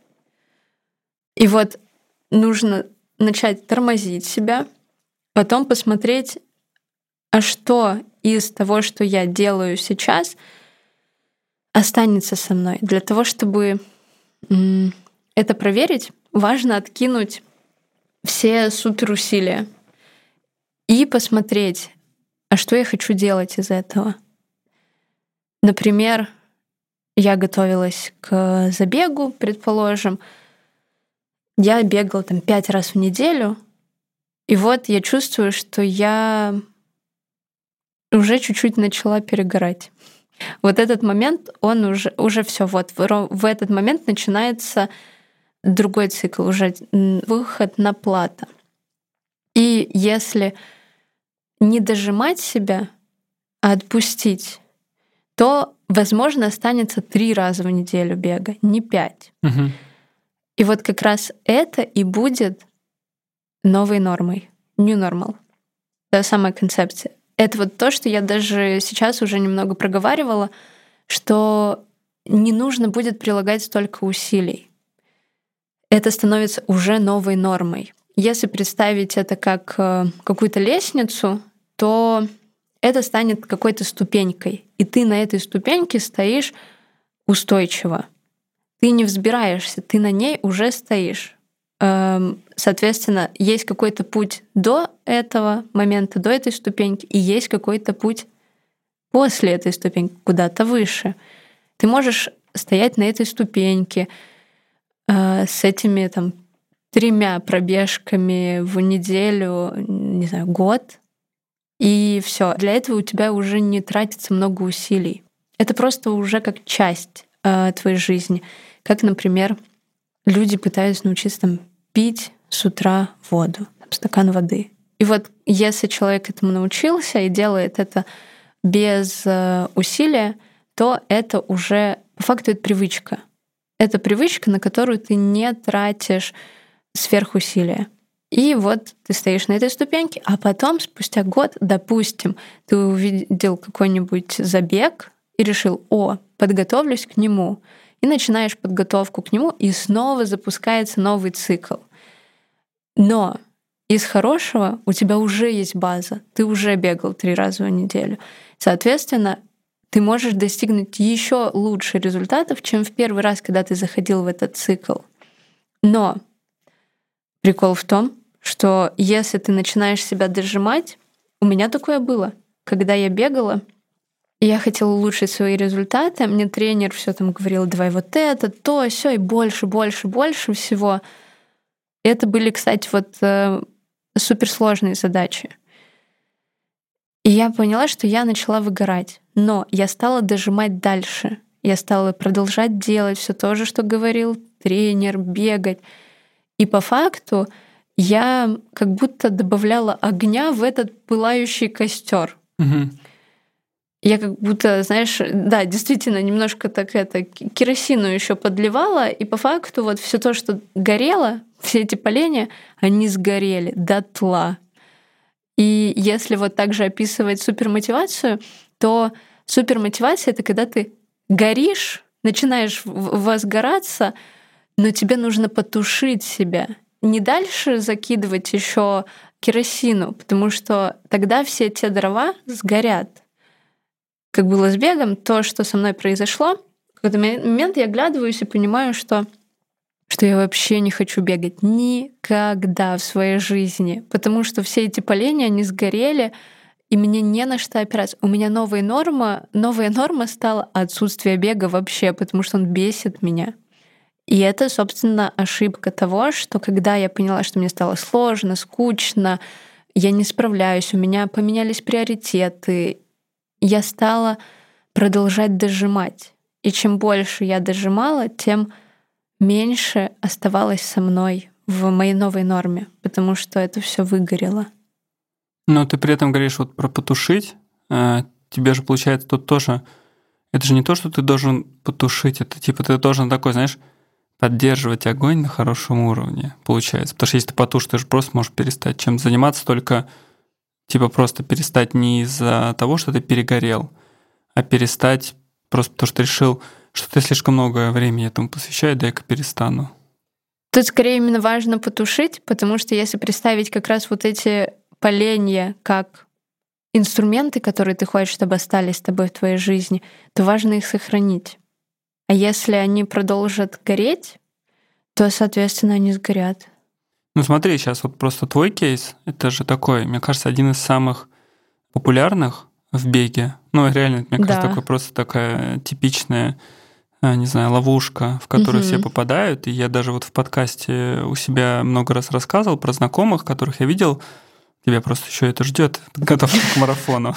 И вот нужно начать тормозить себя, потом посмотреть, а что из того, что я делаю сейчас, останется со мной. Для того, чтобы это проверить, важно откинуть все суперусилия и посмотреть, а что я хочу делать из этого. Например, я готовилась к забегу, предположим, я бегала там пять раз в неделю, и вот я чувствую, что я уже чуть-чуть начала перегорать. Вот этот момент, он уже, уже все, вот в, в этот момент начинается другой цикл, уже выход на плато. И если не дожимать себя, а отпустить, то, возможно, останется три раза в неделю бега, не пять. Угу. И вот как раз это и будет новой нормой, new normal. Та самая концепция. Это вот то, что я даже сейчас уже немного проговаривала, что не нужно будет прилагать столько усилий. Это становится уже новой нормой. Если представить это как какую-то лестницу, то это станет какой-то ступенькой. И ты на этой ступеньке стоишь устойчиво. Ты не взбираешься, ты на ней уже стоишь. Соответственно, есть какой-то путь до этого момента, до этой ступеньки, и есть какой-то путь после этой ступеньки, куда-то выше. Ты можешь стоять на этой ступеньке э, с этими там тремя пробежками в неделю, не знаю, год, и все. Для этого у тебя уже не тратится много усилий. Это просто уже как часть э, твоей жизни. Как, например, люди пытаются научиться там, пить с утра воду, там, стакан воды. И вот если человек этому научился и делает это без э, усилия, то это уже по факту это привычка. Это привычка, на которую ты не тратишь сверхусилия. И вот ты стоишь на этой ступеньке, а потом, спустя год, допустим, ты увидел какой-нибудь забег и решил, о, подготовлюсь к нему. И начинаешь подготовку к нему, и снова запускается новый цикл. Но из хорошего у тебя уже есть база. Ты уже бегал три раза в неделю. Соответственно, ты можешь достигнуть еще лучше результатов, чем в первый раз, когда ты заходил в этот цикл. Но прикол в том, что если ты начинаешь себя дожимать, у меня такое было. Когда я бегала, я хотела улучшить свои результаты, мне тренер все там говорил, давай вот это, то, все и больше, больше, больше всего. Это были, кстати, вот э, суперсложные задачи. И я поняла, что я начала выгорать. Но я стала дожимать дальше. Я стала продолжать делать все то же, что говорил тренер, бегать. И по факту я как будто добавляла огня в этот пылающий костер. Угу. Я как будто, знаешь, да, действительно, немножко так это керосину еще подливала, и по факту вот все то, что горело, все эти поленья, они сгорели дотла. И если вот так же описывать супермотивацию, то супермотивация — это когда ты горишь, начинаешь возгораться, но тебе нужно потушить себя. Не дальше закидывать еще керосину, потому что тогда все те дрова сгорят. Как было с бегом, то, что со мной произошло, в какой-то момент я оглядываюсь и понимаю, что, что я вообще не хочу бегать никогда в своей жизни, потому что все эти поленья, они сгорели, и мне не на что опираться. У меня новая норма, новая норма стала отсутствие бега вообще, потому что он бесит меня. И это, собственно, ошибка того, что когда я поняла, что мне стало сложно, скучно, я не справляюсь, у меня поменялись приоритеты, я стала продолжать дожимать. И чем больше я дожимала, тем меньше оставалось со мной в моей новой норме, потому что это все выгорело. Но ты при этом говоришь вот про потушить. Тебе же, получается, тут тоже... Это же не то, что ты должен потушить, это типа ты должен такой, знаешь, поддерживать огонь на хорошем уровне, получается. Потому что если ты потушишь, ты же просто можешь перестать чем заниматься, только типа просто перестать не из-за того, что ты перегорел, а перестать просто потому, что ты решил, что ты слишком много времени этому посвящаешь, дай-ка перестану. Тут скорее именно важно потушить, потому что если представить как раз вот эти поленья как инструменты, которые ты хочешь, чтобы остались с тобой в твоей жизни, то важно их сохранить. А если они продолжат гореть, то, соответственно, они сгорят. Ну смотри, сейчас вот просто твой кейс, это же такой, мне кажется, один из самых популярных в беге. Ну реально, мне кажется, Да. такой просто такая типичная, не знаю, ловушка, в которую Угу. все попадают. И я даже вот в подкасте у себя много раз рассказывал про знакомых, которых я видел. Тебя просто еще это ждет, подготовка к марафону.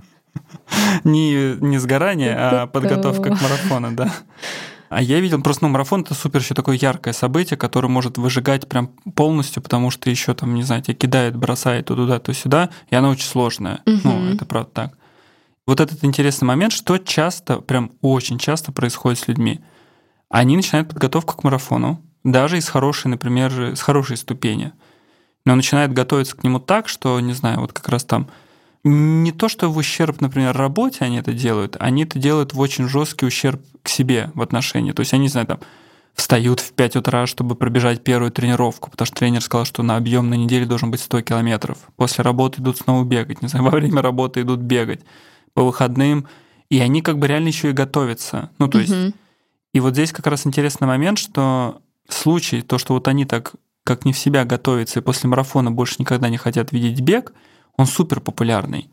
Не, не сгорание, а подготовка к марафону, да. А я видел просто, ну, марафон — это супер еще такое яркое событие, которое может выжигать прям полностью, потому что еще там, не знаю, тебя кидает, бросает то туда, то сюда, и оно очень сложное. Угу. Ну, это правда так. Вот этот интересный момент, что часто, прям очень часто происходит с людьми. Они начинают подготовку к марафону, даже из хорошей, например, с хорошей ступени, но начинают готовиться к нему так, что, не знаю, вот как раз там не то, что в ущерб, например, работе они это делают, они это делают в очень жесткий ущерб к себе в отношении. То есть они, не знаю, там встают в пять утра, чтобы пробежать первую тренировку, потому что тренер сказал, что на объем на неделю должен быть сто километров. После работы идут снова бегать, не знаю, во время работы идут бегать, по выходным, и они как бы реально еще и готовятся. Ну, то есть Угу. И вот здесь как раз интересный момент, что случай, то, что вот они так как не в себя готовятся и после марафона больше никогда не хотят видеть бег, он супер популярный.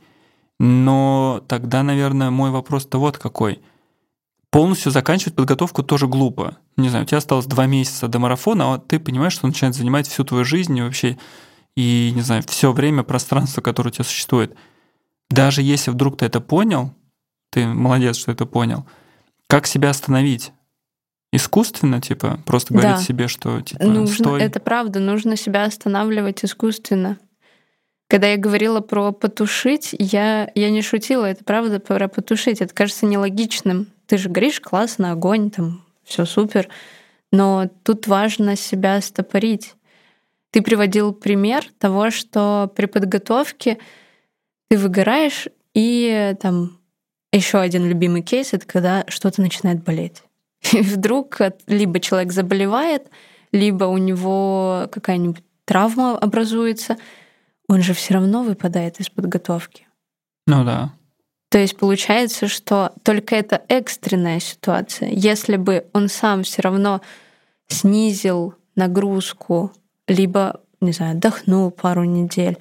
Но тогда, наверное, мой вопрос-то вот какой. Полностью заканчивать подготовку тоже глупо. Не знаю, у тебя осталось два месяца до марафона, а ты понимаешь, что он начинает занимать всю твою жизнь и вообще, и, не знаю, все время, пространство, которое у тебя существует. Даже если вдруг ты это понял, ты молодец, что это понял, как себя остановить? Искусственно, типа, просто говорить Да. себе, что типа, Нужно, стой. это правда, нужно себя останавливать искусственно. Когда я говорила про потушить, я, я не шутила, это правда про потушить. Это кажется нелогичным. Ты же говоришь, классно, огонь, там все супер. Но тут важно себя стопорить. Ты приводил пример того, что при подготовке ты выгораешь, и там еще один любимый кейс — это когда что-то начинает болеть. И вдруг либо человек заболевает, либо у него какая-нибудь травма образуется, он же все равно выпадает из подготовки. Ну да. То есть получается, что только это экстренная ситуация. Если бы он сам все равно снизил нагрузку, либо, не знаю, отдохнул пару недель,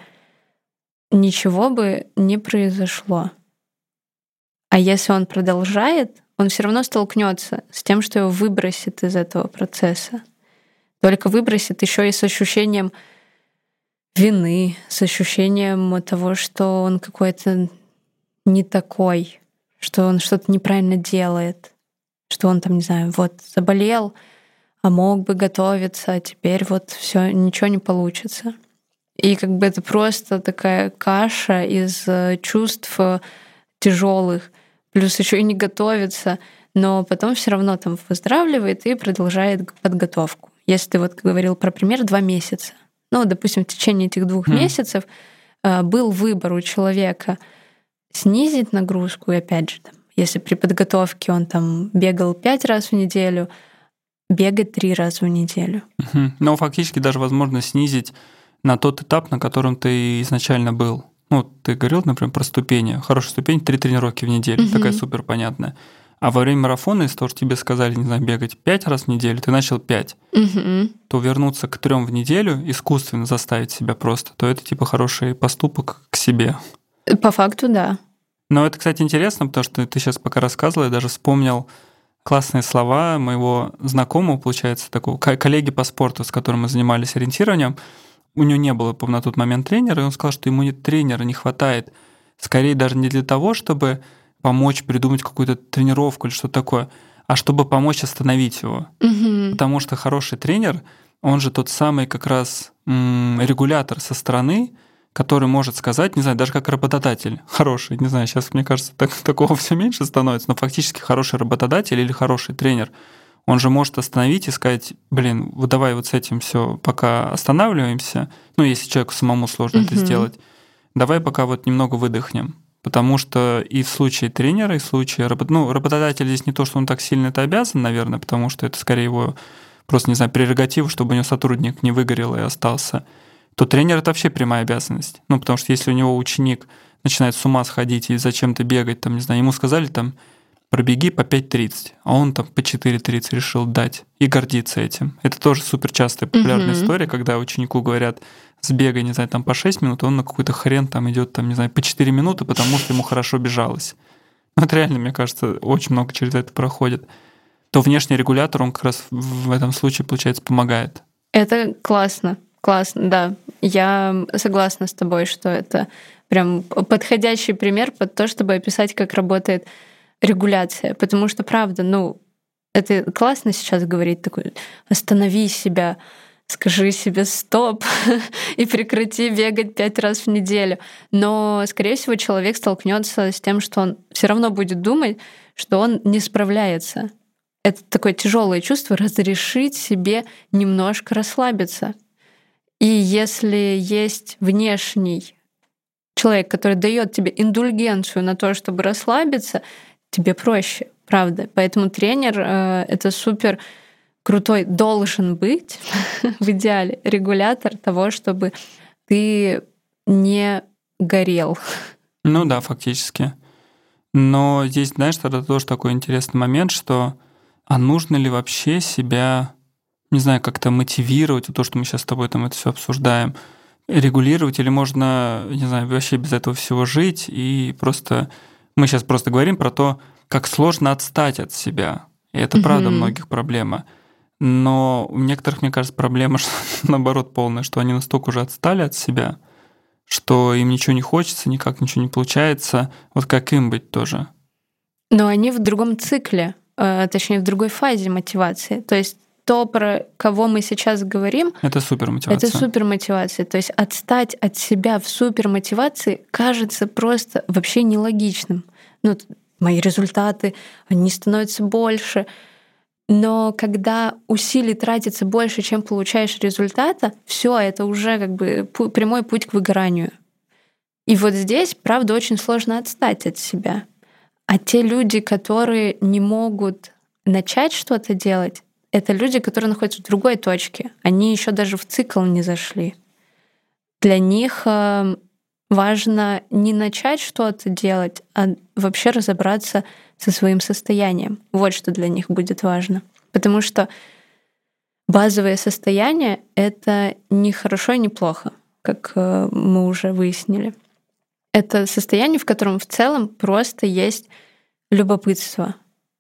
ничего бы не произошло. А если он продолжает, он все равно столкнется с тем, что его выбросит из этого процесса. Только выбросит еще и с ощущением вины, с ощущением того, что он какой-то не такой, что он что-то неправильно делает, что он там, не знаю, вот заболел, а мог бы готовиться, а теперь вот все ничего не получится. И как бы это просто такая каша из чувств тяжелых, плюс еще и не готовится, но потом все равно там выздоравливает и продолжает подготовку. Если ты вот говорил про пример два месяца, ну, допустим, в течение этих двух mm. месяцев э, был выбор у человека снизить нагрузку, и опять же, там, если при подготовке он там бегал пять раз в неделю, бегать три раза в неделю. Mm-hmm. Но фактически даже возможно снизить на тот этап, на котором ты изначально был. Ну, ты говорил, например, про ступени. Хорошая ступень — три тренировки в неделю, mm-hmm. такая супер понятная. А во время марафона, из-за того, что тебе сказали, не знаю, бегать пять раз в неделю, ты начал пять, mm-hmm. то вернуться к трем в неделю, искусственно заставить себя просто, то это типа хороший поступок к себе. По факту, да. Но это, кстати, интересно, потому что ты сейчас пока рассказывала, я даже вспомнил классные слова моего знакомого, получается, такого коллеги по спорту, с которым мы занимались ориентированием. У него не было, по-моему, на тот момент тренера, и он сказал, что ему нет тренера, не хватает. Скорее даже не для того, чтобы помочь придумать какую-то тренировку или что-то такое, а чтобы помочь остановить его. Угу. Потому что хороший тренер, он же тот самый как раз м- регулятор со стороны, который может сказать, не знаю, даже как работодатель хороший, не знаю, сейчас, мне кажется, так, такого все меньше становится, но фактически хороший работодатель или хороший тренер, он же может остановить и сказать, блин, вот давай вот с этим все пока останавливаемся, ну, если человеку самому сложно uh-huh. это сделать, давай пока вот немного выдохнем. Потому что и в случае тренера, и в случае работ... ну, работодатель здесь не то, что он так сильно это обязан, наверное, потому что это скорее его просто, не знаю, прерогатива, чтобы у него сотрудник не выгорел и остался, то тренер — это вообще прямая обязанность. Ну, потому что если у него ученик начинает с ума сходить и зачем-то бегать, там, не знаю, ему сказали там, пробеги по пять тридцать, а он там по четыре тридцать решил дать и гордиться этим. Это тоже супер частая популярная uh-huh. история, когда ученику говорят, сбегай, не знаю, там по шесть минут, а он на какой-то хрен там идет, там, не знаю, по четыре минуты, потому что ему хорошо бежалось. Ну, это реально, мне кажется, очень много через это проходит. То внешний регулятор, он как раз в этом случае, получается, помогает. Это классно, классно, да. Я согласна с тобой, что это прям подходящий пример под то, чтобы описать, как работает регуляция. Потому что, правда, ну, это классно сейчас говорить такой, останови себя, скажи себе стоп и прекрати бегать пять раз в неделю. Но, скорее всего, человек столкнется с тем, что он все равно будет думать, что он не справляется. Это такое тяжелое чувство — разрешить себе немножко расслабиться. И если есть внешний человек, который дает тебе индульгенцию на то, чтобы расслабиться, тебе проще, правда. Поэтому тренер э, — это супер крутой должен быть в идеале регулятор того, чтобы ты не горел. Ну да, фактически. Но здесь, знаешь, тогда тоже такой интересный момент, что а нужно ли вообще себя, не знаю, как-то мотивировать, вот то, что мы сейчас с тобой там это все обсуждаем, регулировать, или можно, не знаю, вообще без этого всего жить, и просто мы сейчас просто говорим про то, как сложно отстать от себя. И это, правда, многих проблема. Но у некоторых, мне кажется, проблема, что наоборот полная, что они настолько уже отстали от себя, что им ничего не хочется, никак ничего не получается. Вот как им быть тоже? Но они в другом цикле, точнее, в другой фазе мотивации. То есть то, про кого мы сейчас говорим, это супермотивация. Это супермотивация. То есть отстать от себя в супермотивации кажется просто вообще нелогичным. Ну, мои результаты, они становятся больше. Но когда усилий тратится больше, чем получаешь результата, все это уже как бы прямой путь к выгоранию. И вот здесь, правда, очень сложно отстать от себя. А те люди, которые не могут начать что-то делать, это люди, которые находятся в другой точке. Они еще даже в цикл не зашли. Для них важно не начать что-то делать, а вообще разобраться со своим состоянием. Вот что для них будет важно. Потому что базовое состояние — это не хорошо и не плохо, как мы уже выяснили. Это состояние, в котором в целом просто есть любопытство,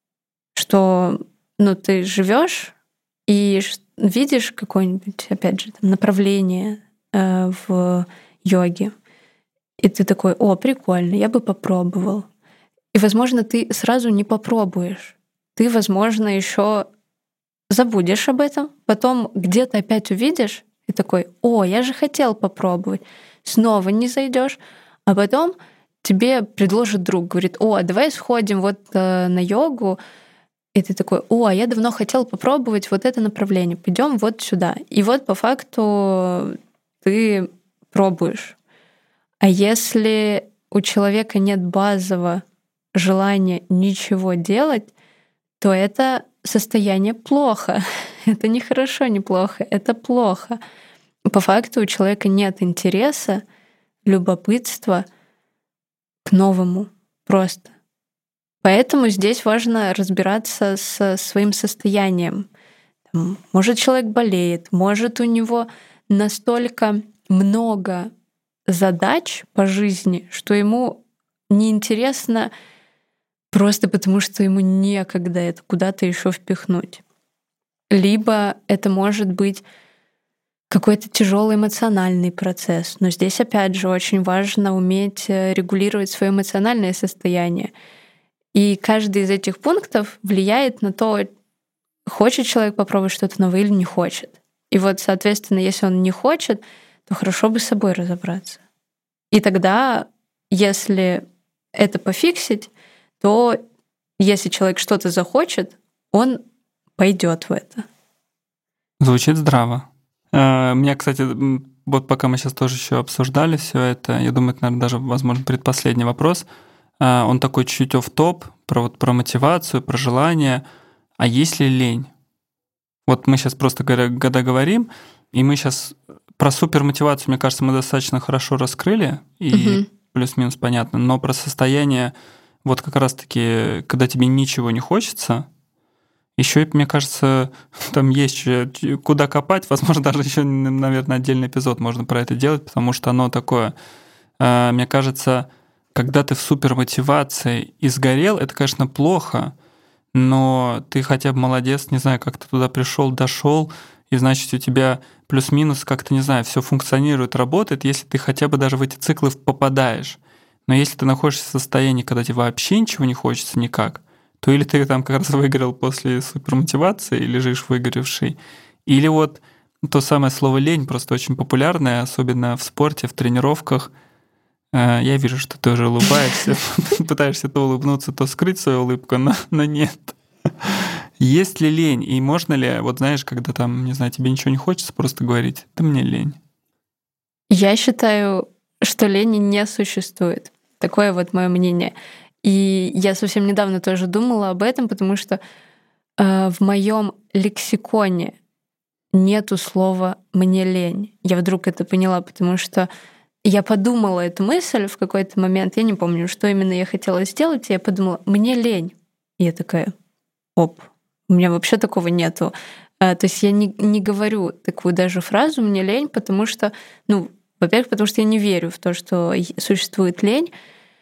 что ну, ты живешь и видишь какое-нибудь, опять же, там, направление э, в йоге, и ты такой: о, прикольно, я бы попробовал. И, возможно, ты сразу не попробуешь. Ты, возможно, еще забудешь об этом, потом где-то опять увидишь и такой: о, я же хотел попробовать. Снова не зайдешь, а потом тебе предложит друг, говорит: о, давай сходим вот э, на йогу. И ты такой: о, а я давно хотел попробовать вот это направление, пойдем вот сюда. И вот по факту ты пробуешь. А если у человека нет базового желания ничего делать, то это состояние плохо. Это не хорошо, не плохо, это плохо. По факту у человека нет интереса, любопытства к новому просто. Поэтому здесь важно разбираться со своим состоянием. Там, может, человек болеет, может, у него настолько много задач по жизни, что ему неинтересно просто потому, что ему некогда это куда-то еще впихнуть. Либо это может быть какой-то тяжелый эмоциональный процесс. Но здесь, опять же, очень важно уметь регулировать свое эмоциональное состояние. И каждый из этих пунктов влияет на то, хочет человек попробовать что-то новое или не хочет. И вот, соответственно, если он не хочет, то хорошо бы с собой разобраться. И тогда, если это пофиксить, то если человек что-то захочет, он пойдет в это. Звучит здраво. Меня, кстати, вот пока мы сейчас тоже еще обсуждали все это, я думаю, это, наверное, даже, возможно, предпоследний вопрос. Он такой чуть-чуть офф-топ, про, вот, про мотивацию, про желание. А есть ли лень? Вот мы сейчас просто когда говорим, и мы сейчас про супермотивацию, мне кажется, мы достаточно хорошо раскрыли, и угу. плюс-минус понятно, но про состояние, вот как раз-таки, когда тебе ничего не хочется, еще, мне кажется, там есть куда копать, возможно, даже еще, наверное, отдельный эпизод можно про это делать, потому что оно такое, мне кажется, когда ты в супермотивации и сгорел, это, конечно, плохо, но ты хотя бы молодец, не знаю, как ты туда пришел, дошел, и значит, у тебя плюс-минус как-то, не знаю, все функционирует, работает, если ты хотя бы даже в эти циклы попадаешь. Но если ты находишься в состоянии, когда тебе вообще ничего не хочется никак, то или ты там как раз выгорел после супермотивации и лежишь выгоревший, или вот то самое слово «лень» просто очень популярное, особенно в спорте, в тренировках. Я вижу, что ты уже улыбаешься, пытаешься то улыбнуться, то скрыть свою улыбку, но, но нет. Есть ли лень? И можно ли, вот знаешь, когда там, не знаю, тебе ничего не хочется, просто говорить: да мне лень? Я считаю, что лени не существует. Такое вот мое мнение. И я совсем недавно тоже думала об этом, потому что э, в моем лексиконе нету слова «мне лень». Я вдруг это поняла, потому что я подумала эту мысль в какой-то момент, я не помню, что именно я хотела сделать, и я подумала: мне лень. И я такая: оп, У меня вообще такого нету. То есть я не, не говорю такую даже фразу «мне лень», потому что, ну, во-первых, потому что я не верю в то, что существует лень.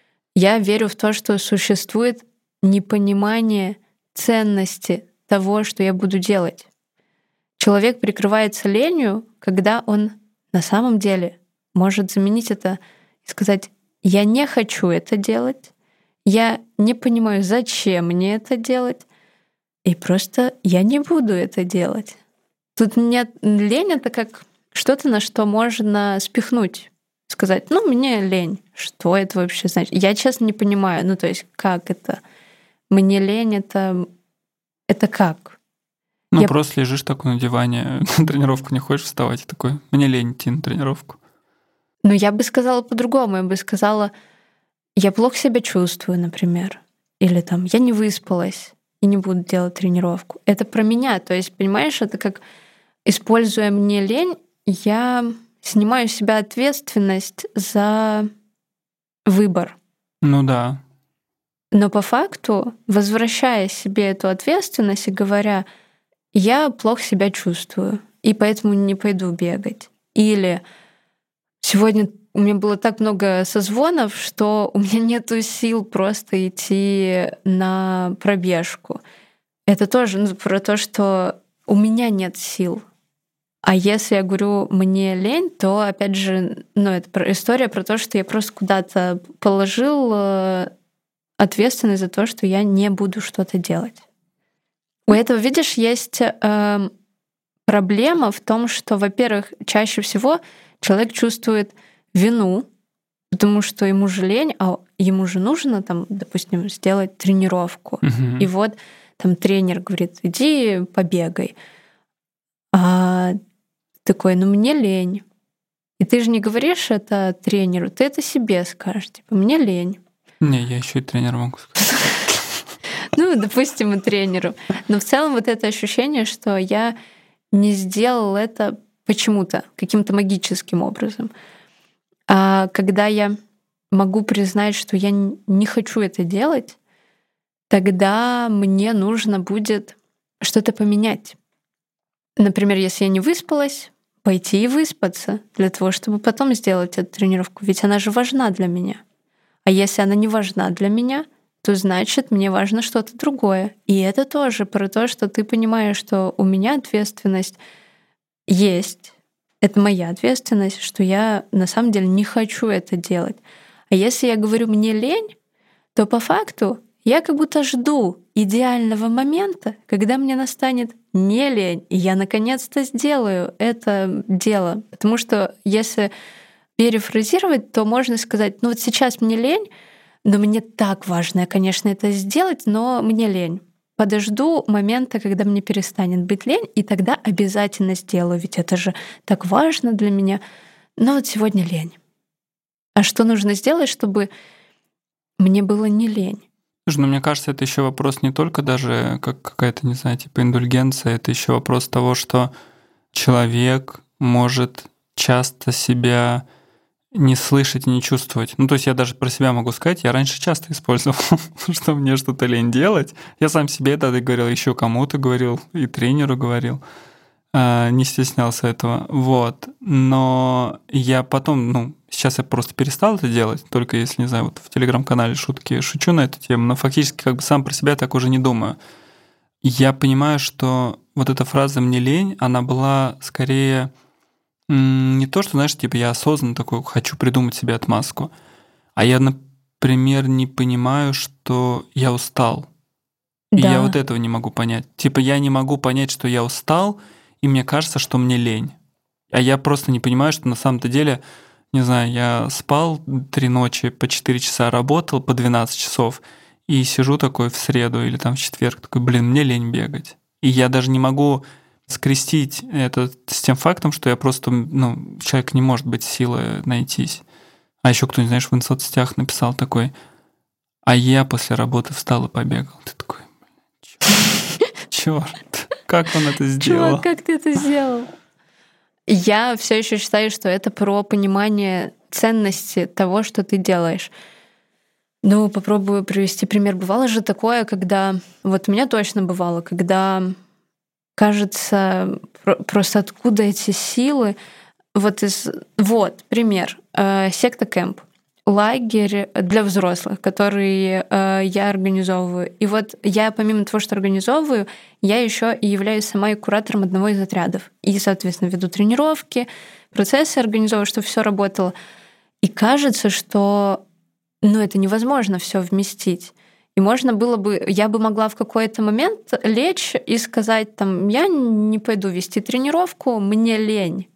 Я верю в то, что существует непонимание ценности того, что я буду делать. Человек прикрывается ленью, когда он на самом деле может заменить это и сказать: «Я не хочу это делать, я не понимаю, зачем мне это делать, и просто я не буду это делать». Тут нет лень — это как что-то, на что можно спихнуть, сказать: «Ну, мне лень». Что это вообще значит? Я, честно, не понимаю. Ну, то есть, как это? Мне лень — это... Это как? Ну, Я... просто лежишь такой на диване, на тренировку не хочешь вставать, и такой: мне лень идти на тренировку. Ну, я бы сказала по-другому. Я бы сказала: я плохо себя чувствую, например. Или там: я не выспалась и не буду делать тренировку. Это про меня. То есть, понимаешь, это как, используя «мне лень», я снимаю с себя ответственность за выбор. Ну да. Но по факту, возвращая себе эту ответственность и говоря: я плохо себя чувствую, и поэтому не пойду бегать. Или сегодня у меня было так много созвонов, что у меня нету сил просто идти на пробежку. Это тоже, ну, про то, что у меня нет сил. А если я говорю «мне лень», то, опять же, ну, это история про то, что я просто куда-то положил ответственность за то, что я не буду что-то делать. У этого, видишь, есть э, проблема в том, что, во-первых, чаще всего человек чувствует вину, потому что ему же лень, а ему же нужно, там, допустим, сделать тренировку. Угу. И вот там тренер говорит: иди побегай. А такой: ну мне лень. И ты же не говоришь это тренеру, ты это себе скажешь, типа: мне лень. Не, я еще и тренеру могу сказать. Ну, допустим, и тренеру. Но в целом вот это ощущение, что я не сделал это почему-то, каким-то магическим образом. А когда я могу признать, что я не хочу это делать, тогда мне нужно будет что-то поменять. Например, если я не выспалась, пойти и выспаться для того, чтобы потом сделать эту тренировку. Ведь она же важна для меня. А если она не важна для меня, то значит, мне важно что-то другое. И это тоже про то, что ты понимаешь, что у меня ответственность есть. Это моя ответственность, что я на самом деле не хочу это делать. А если я говорю «мне лень», то по факту я как будто жду идеального момента, когда мне настанет не лень, и я наконец-то сделаю это дело. Потому что если перефразировать, то можно сказать: ну вот сейчас мне лень, но мне так важно, конечно, это сделать, но мне лень. Подожду момента, когда мне перестанет быть лень, и тогда обязательно сделаю, ведь это же так важно для меня. Но вот сегодня лень. А что нужно сделать, чтобы мне было не лень? Слушай, ну мне кажется, это еще вопрос не только даже как какая-то, не знаю, типа индульгенция, это еще вопрос того, что человек может часто себя не слышать и не чувствовать. Ну, то есть я даже про себя могу сказать, я раньше часто использовал, что мне что-то лень делать. Я сам себе это говорил, еще кому-то говорил, и тренеру говорил. Не стеснялся этого. Вот. Но я потом, ну, сейчас я просто перестал это делать, только если, не знаю, вот в Телеграм-канале шутки шучу на эту тему, но фактически как бы сам про себя так уже не думаю. Я понимаю, что вот эта фраза «мне лень», она была скорее не то, что, знаешь, типа я осознанно такой хочу придумать себе отмазку, а я, например, не понимаю, что я устал. И Да. я вот этого не могу понять. Типа я не могу понять, что я устал, и мне кажется, что мне лень. А я просто не понимаю, что на самом-то деле, не знаю, я спал три ночи, по четыре часа работал, по двенадцать часов, и сижу такой в среду или там в четверг, такой: блин, мне лень бегать. И я даже не могу скрестить это с тем фактом, что я просто, ну, человек не может быть силы найтись. А еще кто-нибудь, знаешь, в соцсетях написал такой: а я после работы встал и побегал. Ты такой: черт, как он это сделал? Чувак, как ты это сделал? Я все еще считаю, что это про понимание ценности того, что ты делаешь. Ну, попробую привести пример. Бывало же такое, когда... Вот у меня точно бывало, когда кажется, просто откуда эти силы. Вот, из... вот пример. Секта Кэмп. Лагерь для взрослых, который э, я организовываю. И вот я, помимо того, что организовываю, я еще и являюсь сама и куратором одного из отрядов. И, соответственно, веду тренировки, процессы организовываю, чтобы все работало. И кажется, что ну, это невозможно все вместить. И можно было бы, я бы могла в какой-то момент лечь и сказать, там, я не пойду вести тренировку, мне лень.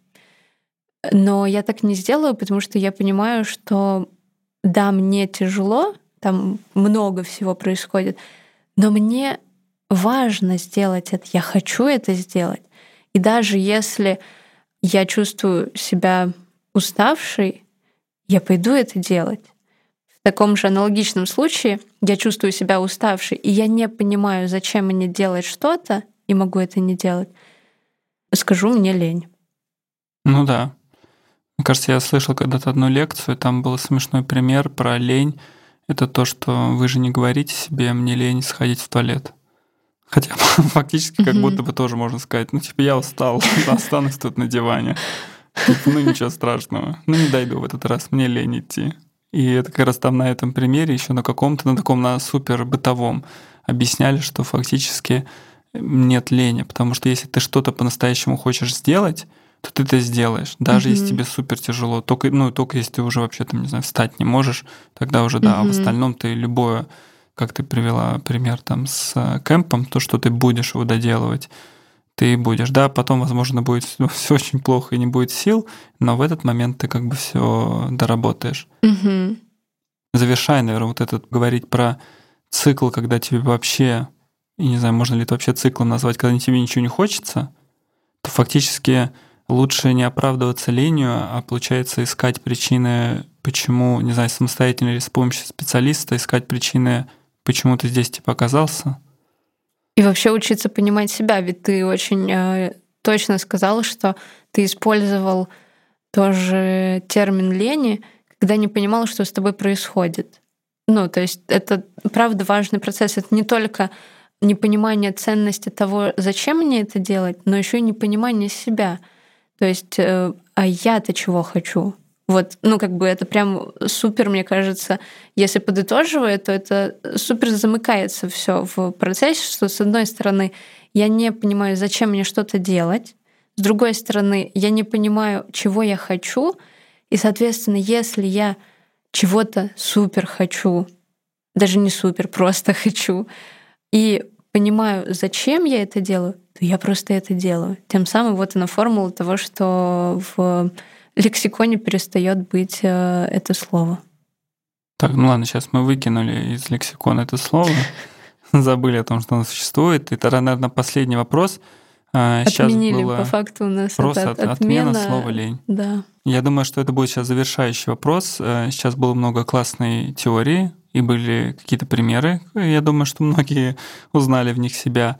Но я так не сделаю, потому что я понимаю, что да, мне тяжело, там много всего происходит, но мне важно сделать это, я хочу это сделать. И даже если я чувствую себя уставшей, я пойду это делать. В таком же аналогичном случае я чувствую себя уставшей, и я не понимаю, зачем мне делать что-то, и могу это не делать. Скажу, мне лень. Ну да. Мне кажется, я слышал когда-то одну лекцию, там был смешной пример про лень. Это то, что вы же не говорите себе, мне лень сходить в туалет. Хотя фактически как будто бы тоже можно сказать, ну типа я устал, останусь тут на диване. Типа, ну ничего страшного, ну не дойду в этот раз, мне лень идти. И это как раз там на этом примере, еще на каком-то, на таком, на супер бытовом объясняли, что фактически нет лени, потому что если ты что-то по-настоящему хочешь сделать, то ты это сделаешь, даже mm-hmm. если тебе супер тяжело. Только, ну, только если ты уже вообще там, не знаю, встать не можешь, тогда уже да. Mm-hmm. А в остальном ты любое, как ты привела пример там с кемпом, то, что ты будешь его доделывать, ты будешь. Да, потом, возможно, будет ну, все очень плохо и не будет сил, но в этот момент ты как бы все доработаешь. Mm-hmm. Завершая, наверное, вот этот говорить про цикл, когда тебе вообще, я не знаю, можно ли это вообще циклом назвать, когда тебе ничего не хочется, то фактически лучше не оправдываться ленью, а получается искать причины, почему, не знаю, самостоятельно или с помощью специалиста, искать причины, почему ты здесь типа оказался. И вообще учиться понимать себя, ведь ты очень э, точно сказал, что ты использовал тоже термин лени, когда не понимал, что с тобой происходит. Ну, то есть это правда важный процесс. Это не только непонимание ценности того, зачем мне это делать, но еще и непонимание себя. То есть, э, а я-то чего хочу? Вот, ну, как бы это прям супер, мне кажется, если подытоживая, то это супер замыкается все в процессе, что, с одной стороны, я не понимаю, зачем мне что-то делать, с другой стороны, я не понимаю, чего я хочу, и, соответственно, если я чего-то супер хочу, даже не супер, просто хочу, и понимаю, зачем я это делаю, то я просто это делаю. Тем самым вот она формула того, что в лексиконе перестает быть э, это слово. Так, ну ладно, сейчас мы выкинули из лексикона это слово, забыли о том, что оно существует. И тогда, наверное, последний вопрос. Сейчас Отменили, было по факту у нас просто это отмена, отмена слова лень. Да. Я думаю, что это будет сейчас завершающий вопрос. Сейчас было много классной теории, и были какие-то примеры. Я думаю, что многие узнали в них себя.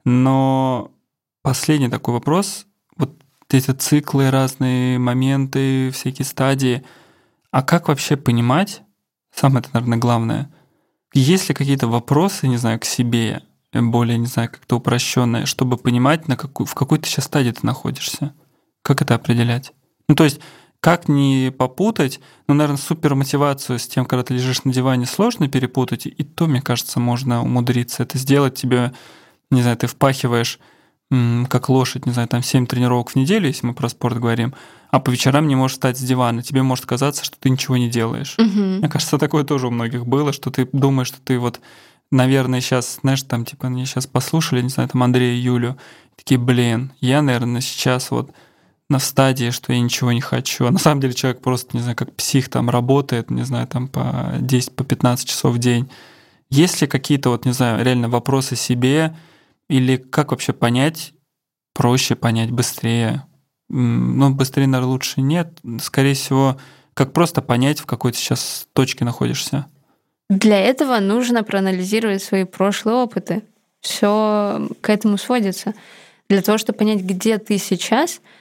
Но последний такой вопрос. Вот эти циклы, разные моменты, всякие стадии. А как вообще понимать, самое это, наверное, главное, есть ли какие-то вопросы, не знаю, к себе, более, не знаю, как-то упрощенные, чтобы понимать, на какую, в какой ты сейчас стадии ты находишься? Как это определять? Ну, то есть, как не попутать, ну, наверное, супермотивацию с тем, когда ты лежишь на диване, сложно перепутать, и то, мне кажется, можно умудриться это сделать. Тебе, не знаю, ты впахиваешь как лошадь, не знаю, там семь тренировок в неделю, если мы про спорт говорим, а по вечерам не можешь встать с дивана. Тебе может казаться, что ты ничего не делаешь. Угу. Мне кажется, такое тоже у многих было, что ты думаешь, что ты вот, наверное, сейчас, знаешь, там, типа, мне сейчас послушали, не знаю, там, Андрея и Юлю, такие, блин, я, наверное, сейчас вот на стадии, что я ничего не хочу. А на самом деле человек просто, не знаю, как псих там работает, не знаю, там по десять, по пятнадцать часов в день. Есть ли какие-то, вот, не знаю, реально вопросы себе, или как вообще понять, проще понять, быстрее? Ну, быстрее, наверное, лучше нет. Скорее всего, как просто понять, в какой ты сейчас точке находишься? Для этого нужно проанализировать свои прошлые опыты. Все к этому сводится. Для того, чтобы понять, где ты сейчас,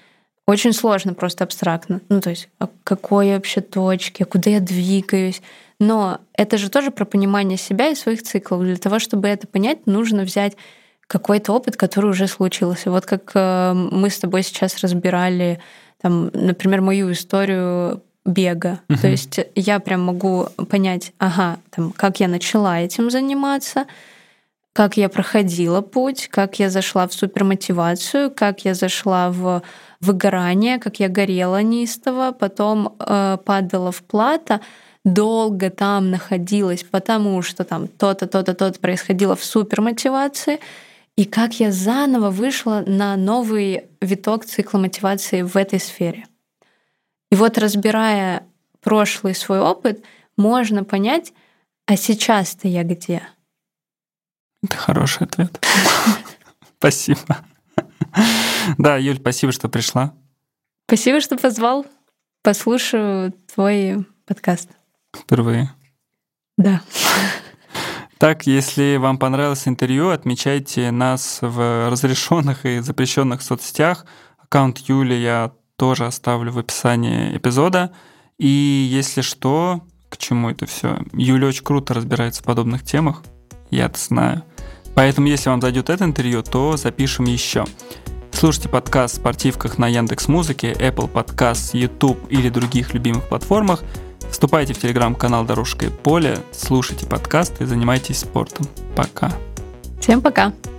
очень сложно просто абстрактно. Ну, то есть, а какой вообще точки, а куда я двигаюсь. Но это же тоже про понимание себя и своих циклов. Для того, чтобы это понять, нужно взять какой-то опыт, который уже случился. Вот как мы с тобой сейчас разбирали, там, например, мою историю бега. Uh-huh. То есть я прям могу понять, ага, там, как я начала этим заниматься, как я проходила путь, как я зашла в супермотивацию, как я зашла в выгорание, как я горела неистово, потом э, падала в плато, долго там находилась, потому что там то-то, то-то, то-то происходило в супермотивации, и как я заново вышла на новый виток цикла мотивации в этой сфере. И вот, разбирая прошлый свой опыт, можно понять, а сейчас-то я где? Это хороший ответ. Спасибо. Да, Юль, спасибо, что пришла. Спасибо, что позвал. Послушаю твой подкаст. Впервые. Да. Так, если вам понравилось интервью, отмечайте нас в разрешенных и запрещенных соцсетях. Аккаунт Юли я тоже оставлю в описании эпизода. И если что, к чему это все? Юля очень круто разбирается в подобных темах, я-то знаю. Поэтому, если вам зайдет это интервью, то запишем еще. Слушайте подкаст в спортивках на Яндекс.Музыке, Apple Podcasts, YouTube или других любимых платформах. Вступайте в телеграм-канал «Дорожка и поле», слушайте подкасты и занимайтесь спортом. Пока. Всем пока.